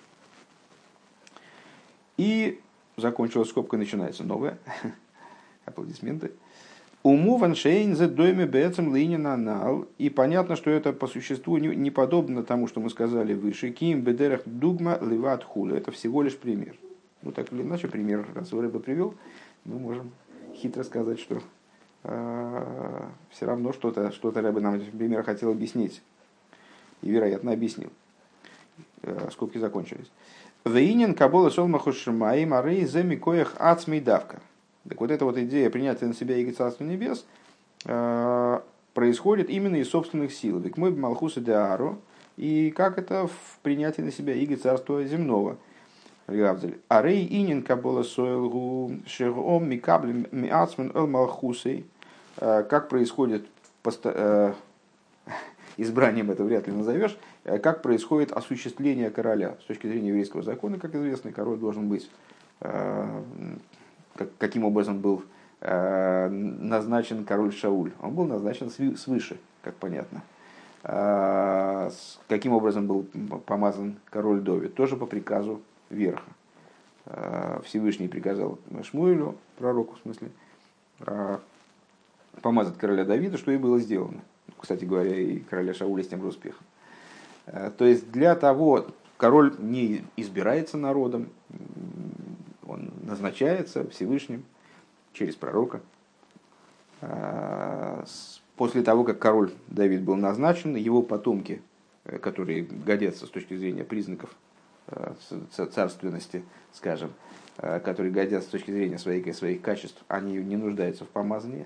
И закончилась скобка, начинается новая. Аплодисменты. Уму ваншейн зе дойме бэцем линина нал. И понятно, что это по существу не подобно тому, что мы сказали выше. Ким бедерах дугма ливат хула. Это всего лишь пример. Ну так или иначе, пример, раз Рэбе привел, мы можем хитро сказать, что все равно что-то Рэбе нам этим примером хотел объяснить. И, вероятно, объяснил. Скобки закончились. Вейнин кабола солмаху шмаи марей земи коях ацмей давка. Так вот эта вот идея принятия на себя иго Царства Небес происходит именно из собственных сил. Ведь мы малхуса де аро, и как это в принятии на себя иго Царства Земного. Арей инин кабола сойлгу шером микаблем миацмен эл малхусей. Как происходит избранием, это вряд ли назовешь, как происходит осуществление короля. С точки зрения еврейского закона, как известно, король должен быть, каким образом был назначен король Шауль. Он был назначен свыше, как понятно. Каким образом был помазан король Довид? Тоже по приказу верха. Всевышний приказал Шмуэлю, пророку в смысле, помазать короля Давида, что и было сделано. Кстати говоря, и короля Шауля с тем же успехом. То есть для того, король не избирается народом, он назначается Всевышним через пророка. После того, как король Давид был назначен, его потомки, которые годятся с точки зрения признаков царственности, скажем, которые годятся с точки зрения своих качеств, они не нуждаются в помазании.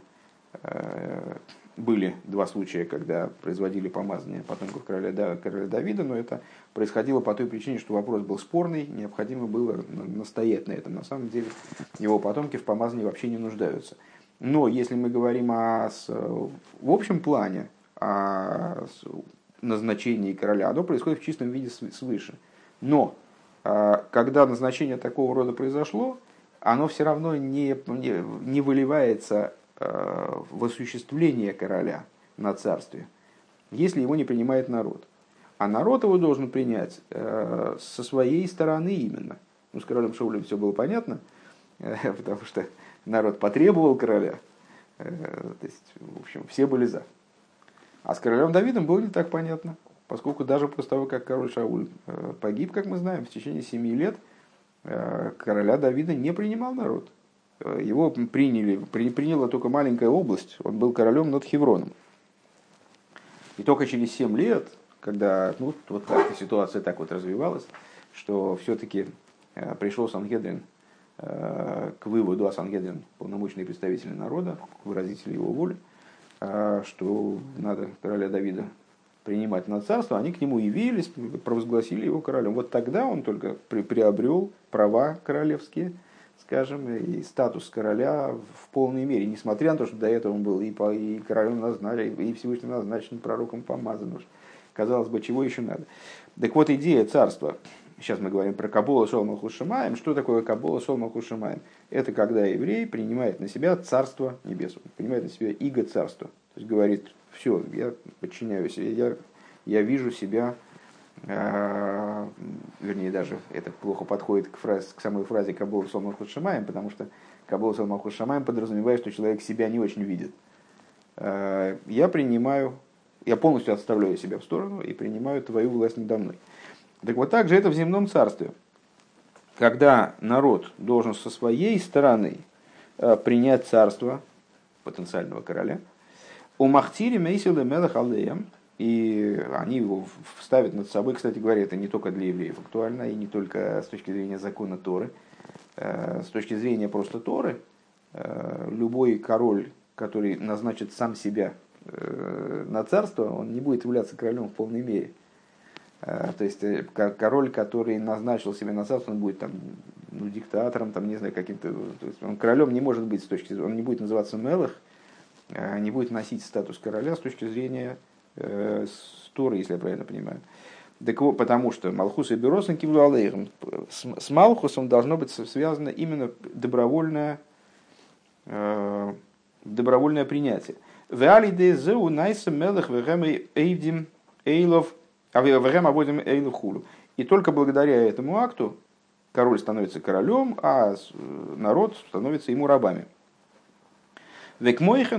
Были два случая, когда производили помазание потомков короля Давида, но это происходило по той причине, что вопрос был спорный, необходимо было настоять на этом. На самом деле его потомки в помазании вообще не нуждаются. Но если мы говорим в общем плане о назначении короля, оно происходит в чистом виде свыше. Но когда назначение такого рода произошло, оно все равно не выливается в осуществление короля на царстве, если его не принимает народ. А народ его должен принять со своей стороны именно. Ну, с королем Шаулем все было понятно, потому что народ потребовал короля. То есть, в общем, все были за. А с королем Давидом было не так понятно, поскольку даже после того, как король Шауль погиб, как мы знаем, в течение 7 лет короля Давида не принимал народ. Его приняла только маленькая область, он был королем над Хевроном. И только через 7 лет, когда вот как-то ситуация так вот развивалась, что все-таки пришел Сангедрин к выводу, а Сангедрин полномочный представитель народа, выразитель его воли, что надо короля Давида принимать на царство, они к нему явились, провозгласили его королем. Вот тогда он только приобрел права королевские, скажем, и статус короля в полной мере, несмотря на то, что до этого он был и королем назначен, и Всевышним назначен, пророком помазан. Казалось бы, чего еще надо? Так вот, идея царства. Сейчас мы говорим про Кабола Шол Малхут Шамаим. Что такое Кабола Шол Малхут Шамаим? Это когда еврей принимает на себя царство небес, принимает на себя иго царства. То есть говорит, все, я подчиняюсь, я вижу себя, вернее, даже это плохо подходит к самой фразе Кабола Шол Малхут Шамаим, потому что Кабола Шол Малхут Шамаим подразумевает, что человек себя не очень видит. Я полностью отставляю себя в сторону и принимаю твою власть надо мной. Так вот так же это в земном царстве, когда народ должен со своей стороны принять царство потенциального короля, у Махтири Мейсилы Мелах Алеям, и они его вставят над собой. Кстати говоря, это не только для евреев актуально, и не только с точки зрения закона Торы. С точки зрения просто Торы, любой король, который назначит сам себя на царство, он не будет являться королем в полной мере. То есть король, который назначил себя на царство, он будет диктатором, не знаю, каким-то. То есть он королем не может быть он не будет называться Мелах, не будет носить статус короля с точки зрения Торы, если я правильно понимаю. Так вот, потому что Малхус и Беросен кивлу алейхим, с Малхусом должно быть связано именно добровольное принятие. И только благодаря этому акту король становится королем, а народ становится ему рабами. И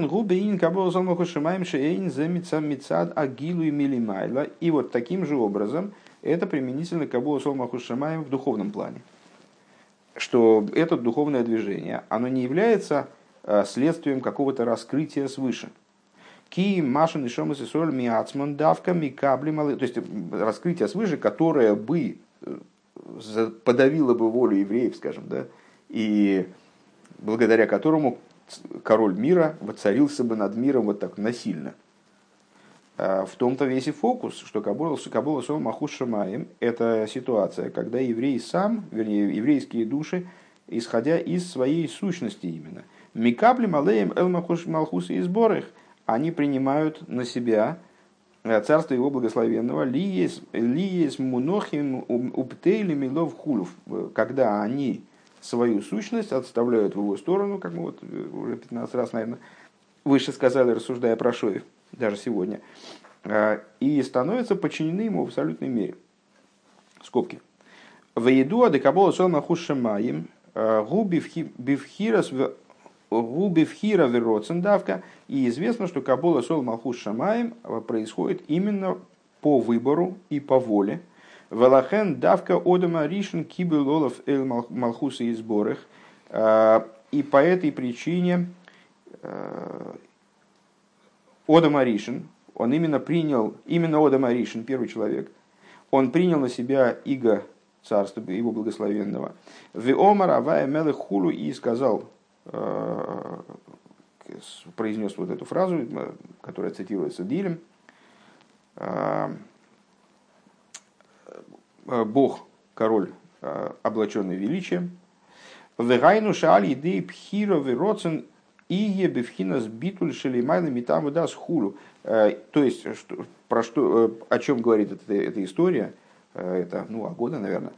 вот таким же образом это применительно к Кабола Сол Малхут Шамаим в духовном плане. Что это духовное движение, оно не является следствием какого-то раскрытия свыше. Ки машин и шомас и соль миацман давка микабли малы. То есть раскрытие свыше, которое бы подавило бы волю евреев, скажем, да, и благодаря которому король мира воцарился бы над миром вот так насильно. В том-то весь и фокус, что Кабола Сол Малхут Шамаим – это ситуация, когда еврей сам, вернее, еврейские души, исходя из своей сущности именно, микабли малеем эл малхус и сборых, они принимают на себя царства его благословенного, лиес мунохим уптейли милов хулюв, когда они свою сущность отставляют в его сторону, как мы вот уже 15 раз, наверное, выше сказали, рассуждая про Шоев, даже сегодня, и становятся подчинены ему в абсолютной мере. Скобки. «Ваеду адекабола сол махус шамаим губи вхира вероцен давка». И известно, что кабола сол малхус шамаим происходит именно по выбору и по воле. «Валахен давка одама ришен кибел олов эл малхуса и сборах». И по этой причине Одам Аришин, он именно Одам Аришин, первый человек, он принял на себя иго царства, его благословенного. «Веомар авая мелех хулу» и сказал, произнес вот эту фразу, которая цитируется Дилем: «Бог, король, облаченный величием, вегайну шаали идей пхиро вероцен ие бифхинас битуль шелимайна митаму дас хулу». То есть, о чем говорит эта история, это Агода, наверное,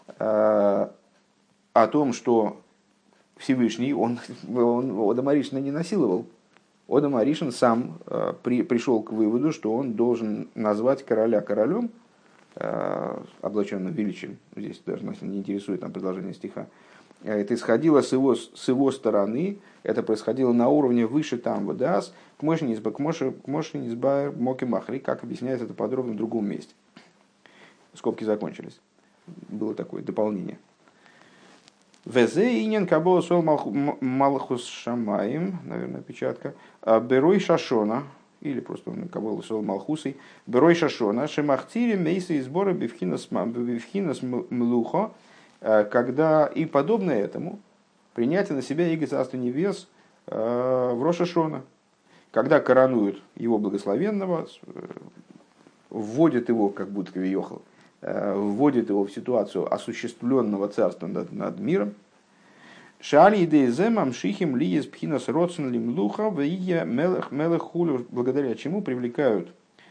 о том, что Всевышний, он Одам Аришина не насиловал. Одам Аришин сам пришел к выводу, что он должен назвать короля королем, облаченным величием. Здесь даже нас не интересует там предложение стиха. Это исходило с его стороны, это происходило на уровне выше там водас, к моши низба моки махри, как объясняется это подробно в другом месте. Скобки закончились. Было такое дополнение. Везе инен кабола сол малхус шамаим, наверное, опечатка. Берой шашона, или просто кабола сол малхусой. Берой шашона, шемахтири мейса и сбора бифхинас млухо, когда и подобное этому принятие на себя иго царства небес в Рош ха-Шана, когда коронуют его благословенного, вводят его, как будто кавиохал, вводит его в ситуацию осуществленного царства над миром. Шали идеизем амшихим лиес пхинас родсен лимлуха вия мелех хулю, благодаря чему привлекают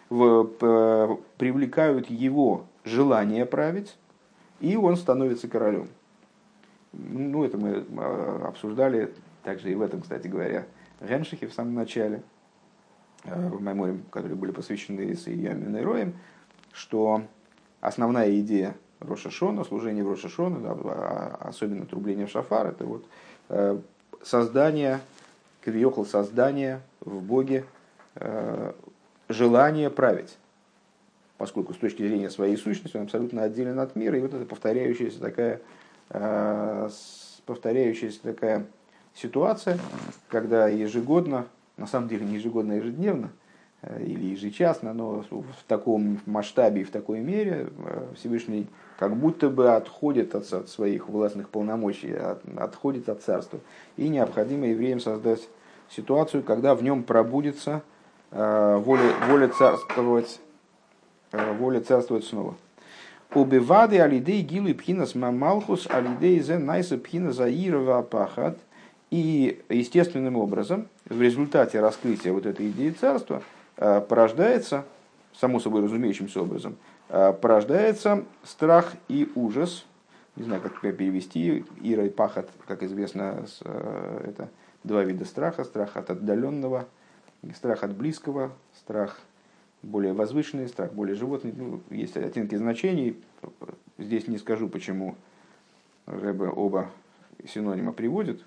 его желание править, и он становится королем. Это мы обсуждали также и в этом, кстати говоря, Геншихе в самом начале, в мемориям, которые были посвящены Исаиями и Нейроем, что основная идея Рош ха-Шана, служение в Рош ха-Шана, особенно трубление в шафар, это вот создание, кавиохал создание в Боге желание править. Поскольку с точки зрения своей сущности он абсолютно отделен от мира, и вот это повторяющаяся такая ситуация, когда ежегодно, на самом деле не ежегодно, а ежедневно, или ежечасно, но в таком масштабе и в такой мере Всевышний как будто бы отходит от своих властных полномочий, отходит от царства. И необходимо евреям создать ситуацию, когда в нем пробудится воля царствовать снова. Убивады алидей гилу пхинас мамалхус алидей зе найса пхина заирова пахат. И естественным образом, в результате раскрытия вот этой идеи царства, порождается, само собой разумеющимся образом, порождается страх и ужас. Не знаю, как перевести. Ира и пахат, как известно, это два вида страха. Страх от отдаленного, страх от близкого, страх более возвышенный, страх более животный. Есть оттенки значений. Здесь не скажу, почему Ребе оба синонима приводит.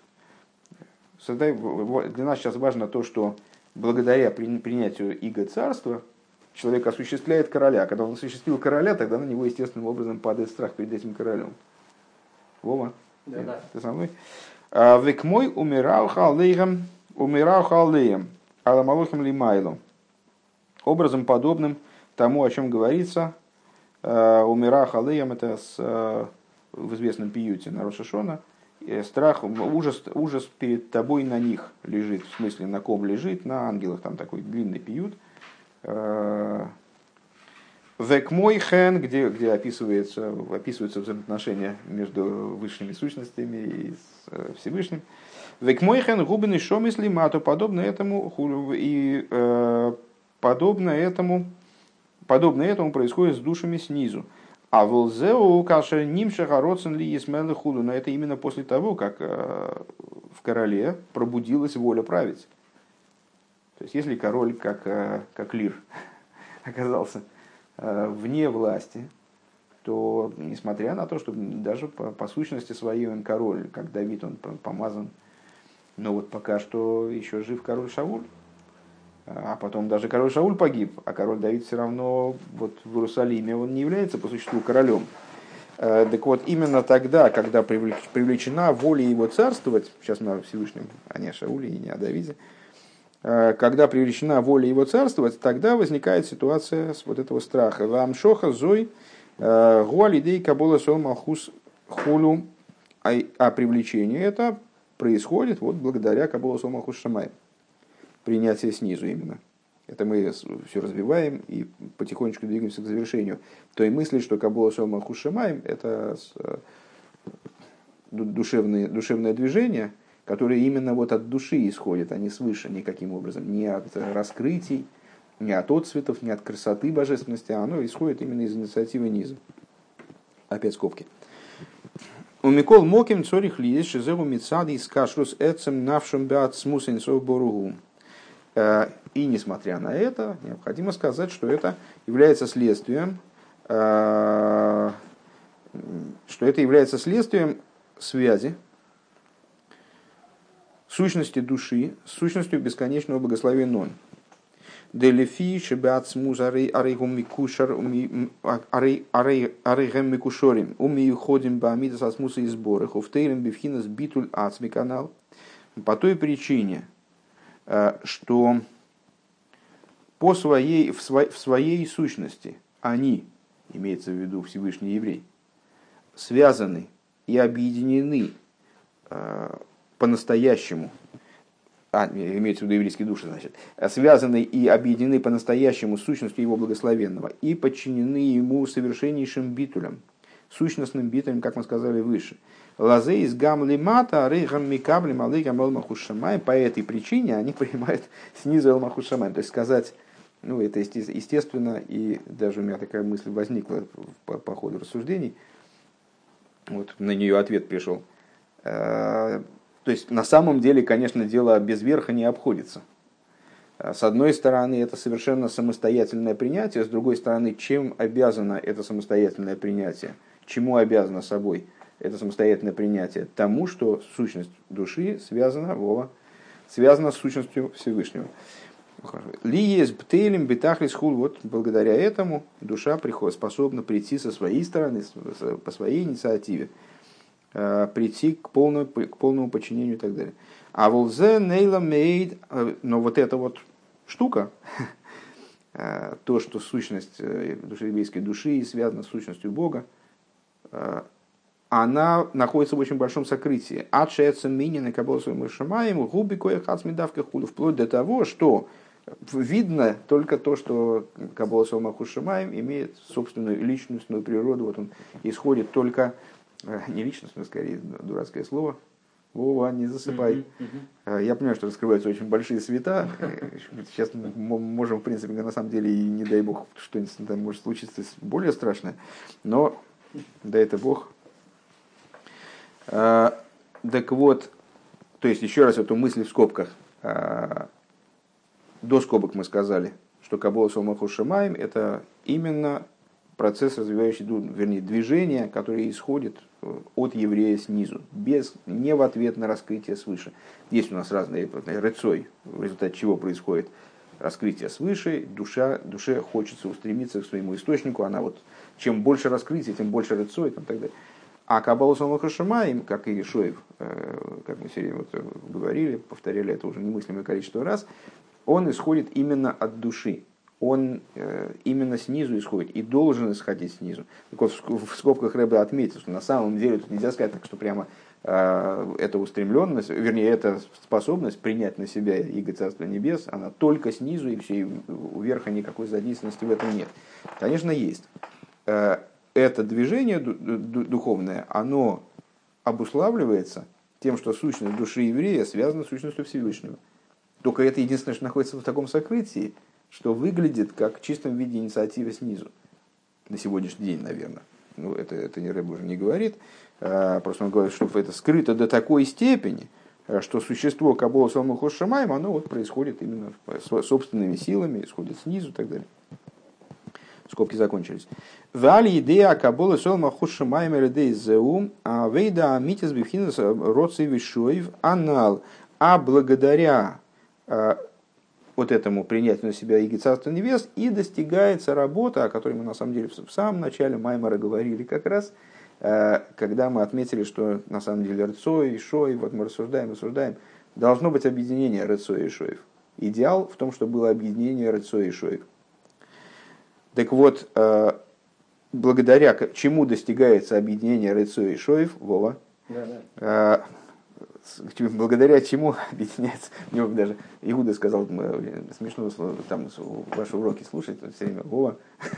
Для нас сейчас важно то, что благодаря принятию иго царства человек осуществляет короля. Когда он осуществил короля, тогда на него естественным образом падает страх перед этим королем. Вова, да. Ты со мной? Век мой умирал халлеем, аламалохим лимайлом. Образом подобным тому, о чем говорится, умира халлеем, это в известном пиюте на Рош ха-Шана, страх, ужас перед тобой на них лежит, в смысле на ком лежит, на ангелах, там такой длинный пиют. Век мой хен, где описываются взаимоотношения между высшими сущностями и Всевышним. Век мой хен губен и шомис лимату, подобно этому подобно этому происходит с душами снизу. А волзеу кашер нимшаха роцен ли есмелы худу. Но это именно после того, как в короле пробудилась воля править. То есть, если король, как Лир, оказался вне власти, то, несмотря на то, что даже по сущности своей он король, как Давид, он помазан, но вот пока что еще жив король Шауль, а потом даже король Шауль погиб, а король Давид все равно вот в Иерусалиме он не является по существу королем. Так вот, именно тогда, когда привлечена воля его царствовать, сейчас мы о Всевышнем, а не о Шауле и не о Давиде, когда привлечена воля его царствовать, тогда возникает ситуация с вот этого страха. Вамшоха зой гуалидей кабола сол малхус хулу, а привлечение это происходит вот благодаря кабола сол малхус шамай, принятие снизу именно. Это мы все развиваем и потихонечку двигаемся к завершению той мысли, что кабола сол малхус шамай это душевное движение, которые именно вот от души исходят, а не свыше никаким образом, не от раскрытий, не от отцветов, не от красоты божественности, а оно исходит именно из инициативы низа. Опять скобки. У Микол Моким цорих лиес шизеву мицади скашрус эцем навшим беат смусенцов боругу. И несмотря на это, необходимо сказать, что это является следствием, связи сущности души с сущностью бесконечного благословения Нон. Делефи шебят смузары арейгум микушар арейгем микушорим умиюходим баамидас асмуса и сборах уфтейлем бифхинас битуль ацми канал. По той причине, что в своей сущности они, имеется в виду Всевышний Еврей, связаны и объединены по-настоящему, имеется в виду еврейские души, значит, связаны и объединены по-настоящему с сущностью его благословенного и подчинены ему совершеннейшим битулям, сущностным битулям, как мы сказали выше. Лазе из гам лимата, рейгам микаблем, алейгам элмахушамай. По этой причине они принимают снизу элмахушамай. То есть сказать, ну это естественно, и даже у меня такая мысль возникла по ходу рассуждений, вот на нее ответ пришел. То есть, на самом деле, конечно, дело без верха не обходится. С одной стороны, это совершенно самостоятельное принятие, с другой стороны, чем обязано это самостоятельное принятие, чему обязано собой это самостоятельное принятие? Тому, что сущность души связана с сущностью Всевышнего. Лиес бтейлем бетахлис хул. Вот благодаря этому душа способна прийти со своей стороны, по своей инициативе, прийти к полному подчинению и так далее. А волзе нейла мейд, но вот эта вот штука, то, что сущность еврейской души связана с сущностью Бога, она находится в очень большом сокрытии. Вплоть до того, что видно только то, что Каббала Солма Хушамаем имеет собственную личностную природу. Вот он исходит только, не личностную, скорее, дурацкое слово. Вова, не засыпай. Я понимаю, что раскрываются очень большие света. Сейчас мы можем, в принципе, на самом деле, и не дай бог, что-нибудь там может случиться более страшное. Но, дай это бог. Так вот, то есть, еще раз эту мысль в скобках. До скобок мы сказали, что Каббала Солма Хушамаем — это именно процесс, развивающий, вернее, движение, которое исходит от еврея снизу, не в ответ на раскрытие свыше. Есть у нас разные рецой, в результате чего происходит раскрытие свыше, душе хочется устремиться к своему источнику, она вот, чем больше раскрытия, тем больше рецой и так далее. А Каббала Солма Хушамаем, как и Шоев, как мы все время говорили, повторяли это уже немыслимое количество раз, он исходит именно от души. Он именно снизу исходит и должен исходить снизу. Так вот, в скобках Рэбе отметил, что на самом деле тут нельзя сказать так, что прямо эта устремленность, вернее, эта способность принять на себя иго Царства Небес, она только снизу, и все, и у верха никакой задействованности в этом нет. Конечно, есть. Это движение духовное, оно обуславливается тем, что сущность души еврея связана с сущностью Всевышнего. Только это единственное, что находится в таком сокрытии, что выглядит как в чистом виде инициатива снизу. На сегодняшний день, наверное. Ну, это не Рэб уже не говорит. Просто он говорит, что это скрыто до такой степени, что существо Кабола Солома Хошамаем, оно вот происходит именно собственными силами, исходит снизу и так далее. Скобки закончились. Вали идея Кабола Солома Хошамаем Редей Зеум, а вейда Митис Бифхинас Роци Вишуев Анал. А благодаря вот этому принятию на себя Иги Царства Небес и достигается работа, о которой мы на самом деле в самом начале Маймара говорили как раз, когда мы отметили, что на самом деле Рецой и Шоев, вот мы рассуждаем, должно быть объединение Рецой и Шоев. Идеал в том, что было объединение Рецой и Шоев. Так вот, благодаря чему достигается объединение Рецой и Шоев, Вова? Да. Благодаря чему объединяется, мне даже Иуда сказал, смешное слово, там ваши уроки слушать все время, Вова.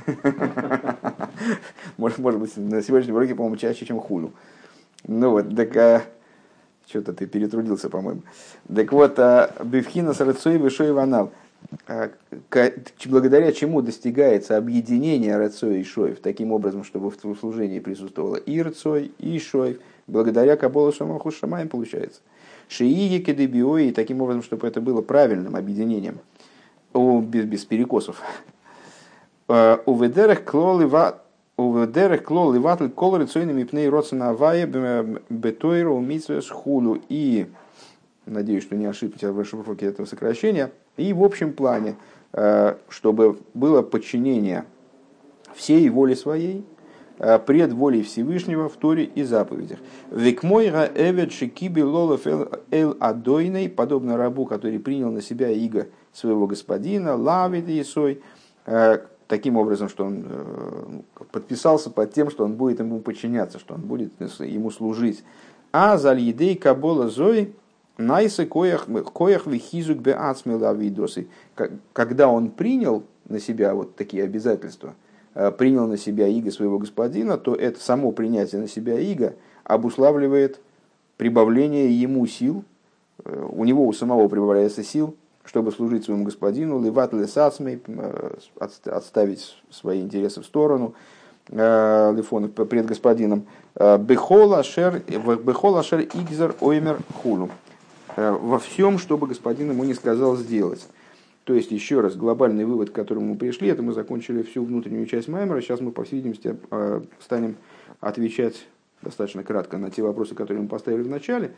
Может быть, на сегодняшнем уроке, по-моему, чаще, чем хулю. Ну вот, так что-то ты перетрудился, по-моему. Так вот, Бифхина Сарацой Вишой Ванал. Благодаря чему достигается объединение Рацой и Шоев таким образом, чтобы в служении присутствовало и Рацой, и Шоев, благодаря Каболу Шамаху Шамаем получается. Шииги Кедебиои, и таким образом, чтобы это было правильным объединением, без перекосов. Уведерах клол и ватль кол рацойными пней родсена авая бетойру митсвес хулу. И, надеюсь, что не ошибся в расшифровке этого сокращения, и в общем плане, чтобы было подчинение всей воле своей пред волей Всевышнего в Торе и заповедях. Векмойра эвед шикиби лолов эл адойной, подобно рабу, который принял на себя иго своего господина, лавит Исой, таким образом, что он подписался под тем, что он будет ему подчиняться, что он будет ему служить. А за лидей кабола зой найсы коях вихизук беацме лавидосы. Когда он принял на себя вот такие обязательства, принял на себя иго своего господина, то это само принятие на себя иго обуславливает прибавление ему сил, у него у самого прибавляется сил, чтобы служить своему господину, ливат лесацмей, отставить свои интересы в сторону, лифон пред господином, бехола шер игзер оймер хулу, во всем, чтобы господин ему не сказал сделать. То есть, еще раз, глобальный вывод, к которому мы пришли, это мы закончили всю внутреннюю часть Маймера. Сейчас мы, по всей видимости, станем отвечать достаточно кратко на те вопросы, которые мы поставили в начале.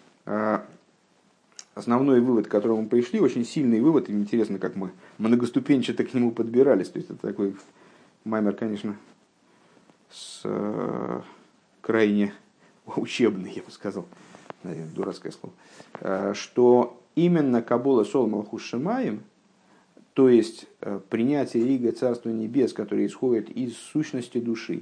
Основной вывод, к которому мы пришли, очень сильный вывод, и интересно, как мы многоступенчато к нему подбирались. То есть, это такой Маймер, конечно, крайне учебный, я бы сказал, наверное, дурацкое слово, что именно Кабола Сол Малхус Шамаим, то есть принятие иго Царства Небес, которое исходит из сущности души,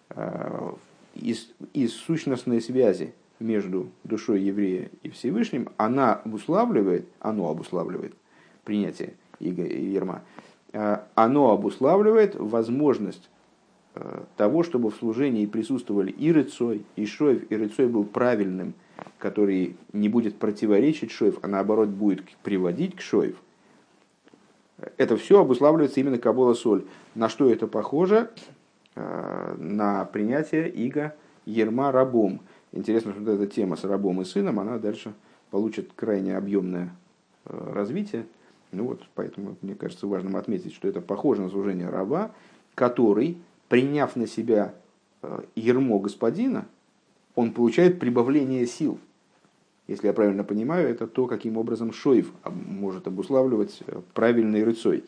из сущностной связи между душой еврея и Всевышним, оно обуславливает принятие иго и ерма, оно обуславливает возможность того, чтобы в служении присутствовали и Рецой, и Шоев, и Рецой был правильным, который не будет противоречить Шоев, а наоборот будет приводить к Шоев. Это все обуславливается именно Кабола Соль. На что это похоже? На принятие иго ерма рабом. Интересно, что эта тема с рабом и сыном, она дальше получит крайне объемное развитие. Ну вот, поэтому мне кажется важным отметить, что это похоже на служение раба, который, приняв на себя ермо господина, он получает прибавление сил. Если я правильно понимаю, это то, каким образом Шоев может обуславливать правильный Рецой.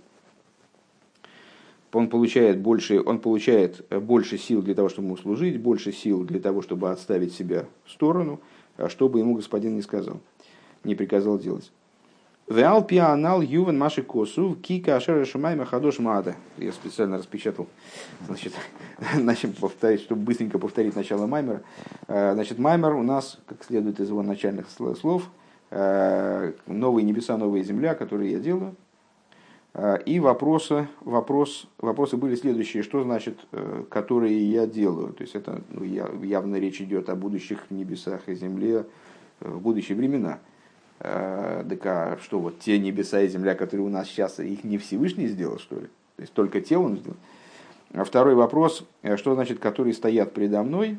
Он получает больше сил для того, чтобы ему служить, больше сил для того, чтобы отставить себя в сторону, что бы ему господин не сказал, не приказал делать. Я специально распечатал, начнем повторить, чтобы быстренько повторить начало Маймера. Значит, Маймер у нас, как следует из его начальных слов, новые небеса, новая земля, которые я делаю. И вопросы были следующие: что значит, которые я делаю? То есть это явно речь идет о будущих небесах и земле в будущие времена. Так что вот те небеса и земля, которые у нас сейчас, их не Всевышний сделал, что ли? То есть только те он сделал. А второй вопрос, что значит, которые стоят предо мной,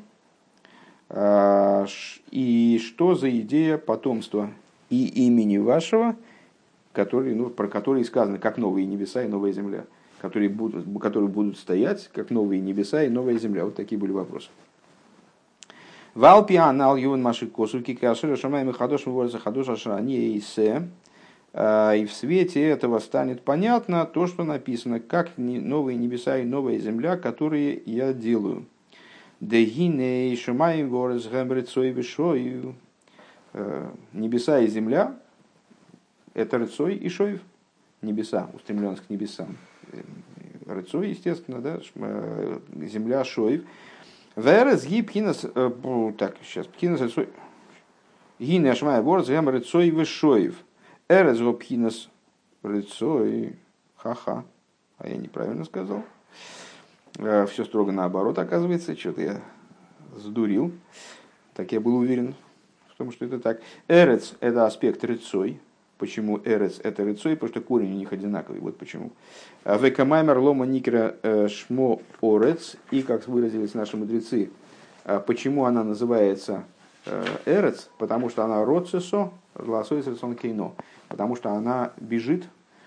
и что за идея потомства и имени вашего, который, про которые сказано, как новые небеса и новая земля, которые будут стоять, как новые небеса и новая земля. Вот такие были вопросы. Валпианал юн маши косуки кашира шамаем хадошем ворza хадоша шани эйсе. И в свете этого станет понятно то, что написано, как новые небеса и новая земля, которые я делаю. Дегиней шамаем ворз гэмрицой вишою. Небеса и земля — это рыцой и шоев. Небеса, устремленность к небесам. Рыцой, естественно, да? Земля шоев. Верес ги пхинас, так, сейчас, пхинас рыцой. Гиней шамаем ворз гэмрицой вишоев. Эрес го пхинас рыцой. Ха-ха. А я неправильно сказал. Все строго наоборот, оказывается. Что-то я сдурил. Так я был уверен в том, что это так. Эрец — это аспект рыцой. Почему эрец — это рыцой? Потому что корень у них одинаковый. Вот почему. Векамаймер лома никра шмо орец. И, как выразились наши мудрецы, почему она называется эрец? Потому что она роцесо, зласой рецон кейно. Потому что она бежит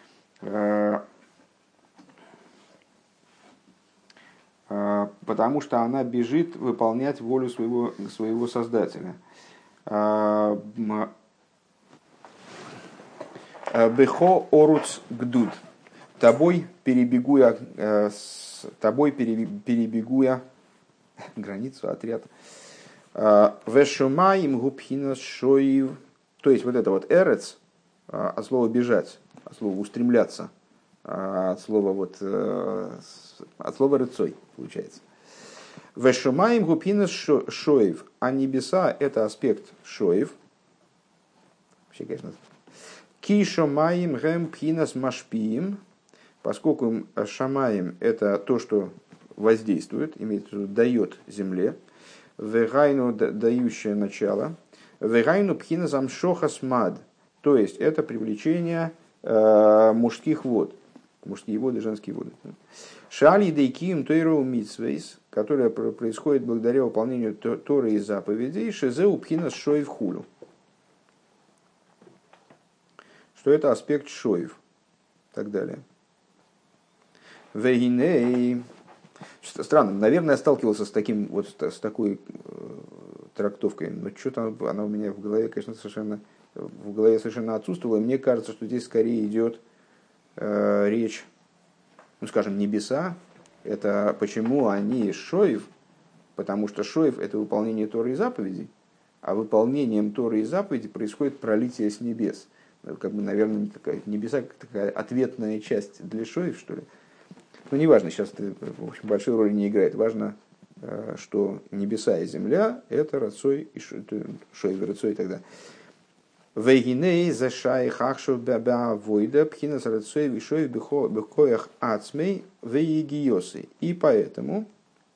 выполнять волю своего Создателя. Бехо оруц гдуд. Тобой перебегу я границу, отряд. Вешумаим губхинас шоив. То есть вот это вот эрец, от слова бежать, от слова устремляться, от слова рыцой, получается. Вешумаим губхинас шоив. А небеса — это аспект шоив. Вообще, конечно, Кишомаим гэм пхинас машпиим, поскольку шамаим — это то, что воздействует, имеется в виду, дает земле, вегайну — дающее начало, вегайну пхинас амшохас мад, то есть это привлечение мужских вод, мужские воды, женские воды. Шали дейким тойроу митсвейс, которое происходит благодаря выполнению Торы и заповедей, шезеу пхинас шоев хулю. Что это аспект шоев, и так далее. Вегиней. Странно, наверное, я сталкивался с такой трактовкой, но что-то она у меня в голове, конечно, совершенно отсутствовала. И мне кажется, что здесь скорее идет речь, скажем, небеса. Это почему они шоев? Потому что шоев — это выполнение Торы и заповедей, а выполнением Торы и заповедей происходит пролитие с небес. Наверное, небеса как такая ответная часть для шоев, что ли. Но неважно, сейчас это, в общем, большой роли не играет. Важно, что небеса и земля — это рацой и шоев, рацой тогда. Вегиней зашай хахшов баба войда пхинас рацой вишоев бехоях ацмей вегиосы. И поэтому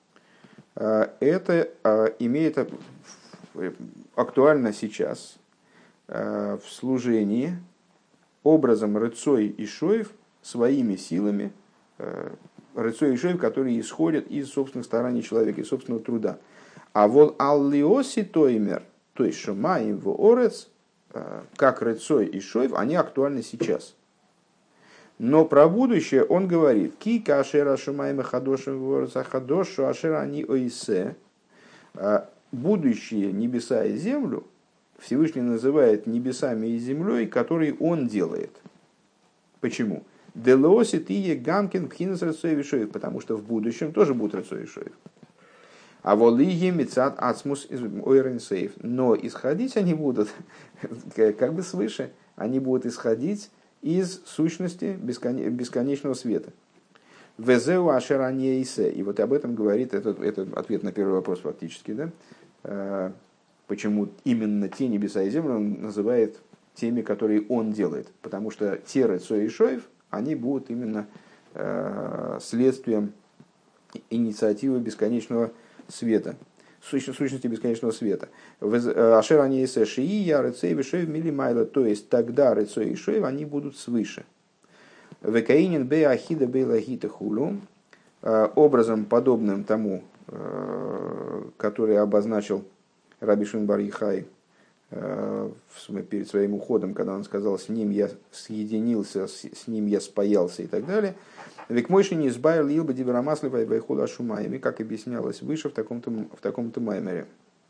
это имеет актуально сейчас в служении образом рыцой и шоев своими силами, рыцой и шоев, которые исходят из собственных стараний человека, из собственного труда. А вот аллиоси тоймер, то есть шамаим в орец, как рыцой и шоев, они актуальны сейчас. Но про будущее он говорит: ки кашера шамаим хадошем в орец хадошу ашера они оисе. Будущие небеса и землю Всевышний называет небесами и землей, которые он делает. Почему? Делоси тие гамкин пхинас рацой вишоев, потому что в будущем тоже будут рацой вишоев. А волиги мецат ацмус ойренсейв. Но исходить они будут как бы свыше. Они будут исходить из сущности бесконечного света. Везеу ашераньейсе. И вот об этом говорит, это ответ на первый вопрос фактически, да? Почему именно те небеса и землю он называет теми, которые он делает. Потому что те рыцой и шоев, они будут именно следствием инициативы бесконечного света. сущности бесконечного света. Ашер они и шии, я рецей вишев милимайла, то есть тогда рецой и шев, они будут свыше. Векаинин бе ахида бе лагита хулу, образом подобным тому, который обозначил Раби Шимон бар Йохай перед своим уходом, когда он сказал: с ним я соединился, с ним я спаялся и так далее. Век мойши не избавил лилба дибрамаслива и байхула шумаями, как объяснялось выше в таком-то маймере.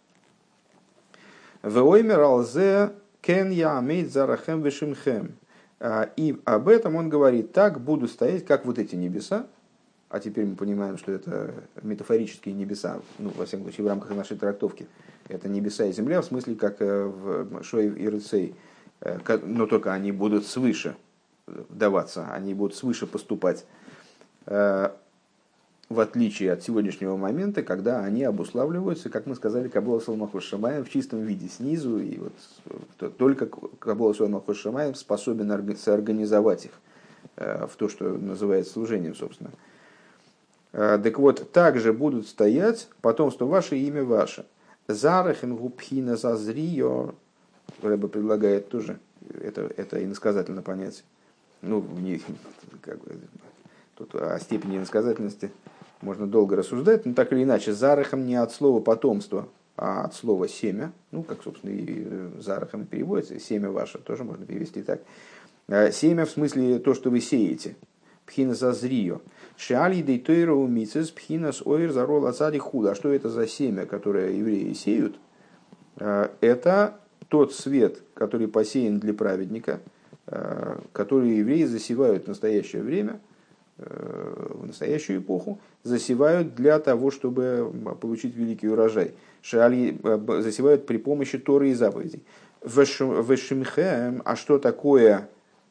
Веоймер алзе кен я амейт зарахем вешимхем. И об этом он говорит: так будут стоять, как вот эти небеса. А теперь мы понимаем, что это метафорические небеса, ну, во всяком случае, в рамках нашей трактовки. Это небеса и земля, в смысле, как в Шоев и Рецей. Но только они будут свыше даваться, они будут свыше поступать. В отличие от сегодняшнего момента, когда они обуславливаются, как мы сказали, Кабола Соломахош Шамаем в чистом виде снизу. И вот только Кабола Соломахош Шамаем способен соорганизовать их в то, что называется служением, собственно. Так вот, также будут стоять потомство ваше и имя ваше. Зарахен губхина зазрио. Рэбе предлагает тоже это иносказательное понятие. Ну, как бы, тут о степени иносказательности можно долго рассуждать, но так или иначе, зарахом не от слова потомство, а от слова семя. Ну, как, собственно, и зарахом переводится, семя ваше тоже можно перевести так. Семя в смысле то, что вы сеете. Пхина зазрио. Шиали дейтойра умицес пхинас ойр зарол ацари худа. Что это за семя, которое евреи сеют? Это тот свет, который посеян для праведника, который евреи засевают в настоящее время, в настоящую эпоху, засевают для того, чтобы получить великий урожай. Шиали засевают при помощи Торы и заповедей. Вешимхем, а что такое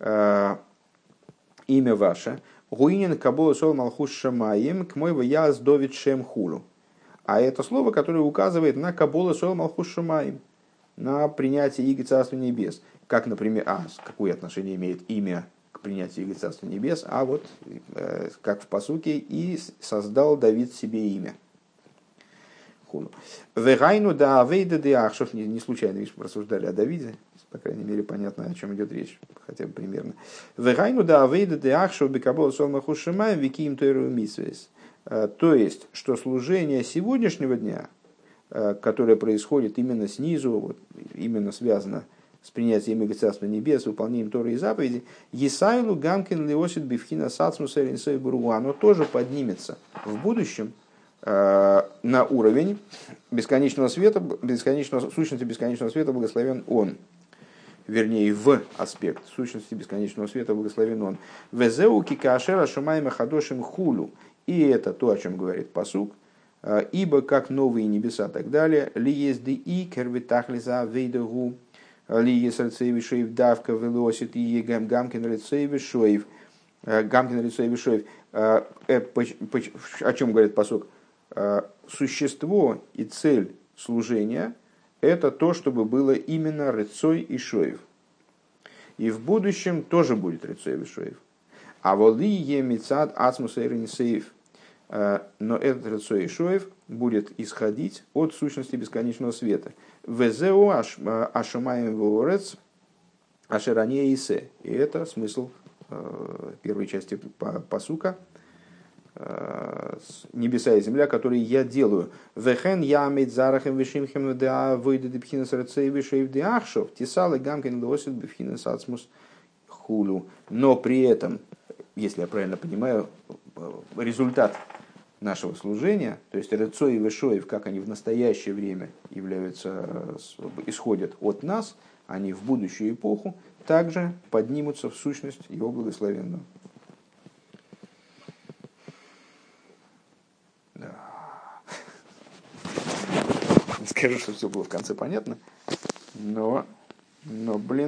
имя ваше? Гуинин кабола сол малхус шамаим к мой ваяз довид шем хулу. А это слово, которое указывает на кабола сол малхус шамаим, на принятие иго Царства Небес. Как, например, какое отношение имеет имя к принятию иго Царства Небес? А вот, как в пасуке, и создал Давид себе имя. Вегайну да авейда де ахшов. Не случайно, видишь, мы рассуждали о Давиде. По крайней мере, понятно, о чем идет речь, хотя бы примерно. Вегайну да авейда де ахшов бекабола сол малхус шамаим викиим тойру митсвес. То есть, что служение сегодняшнего дня, которое происходит именно снизу, вот, именно связано с принятием иго Царства Небес, выполнением Торы и заповедей, Есайлу Гамкин Леосит Бифхина Сацмуса Ринсой Бургу, оно тоже поднимется в будущем на уровень бесконечного света, сущности бесконечного света, благословен Он. Вернее, в аспект сущности бесконечного света, благословен Он. Везеу кикашера шумайма хадошим хулю. И это то, о чем говорит пасук. Ибо как новые небеса и так далее. Ли езды и кервитахлиза вейдагу. Ли ез рецейвишоев давка велосит и егам гамкин рецейвишоев. Гамкин рецейвишоев. О чем говорит пасук? Существо и цель служения – это то, чтобы было именно рецой и шоев. И в будущем тоже будет рецой и шоев. А воли емицад ацмус эйринсеев. Но этот рецой и шоев будет исходить от сущности бесконечного света. Везеу ашумаем ворец ашеране исе. И это смысл первой части пасука. Небеса и земля, которые я делаю. Вехен я мейт зарахем вишимхем да выйдет бифхинас рецей вишеев диахшов тисалы гамкин лосит бифхинас ацмус хулу. Но при этом, если я правильно понимаю, результат нашего служения, то есть рецой и вишоев, как они в настоящее время исходят от нас, они в будущую эпоху также поднимутся в сущность его благословенного. Не скажу, что все было в конце понятно, но блин.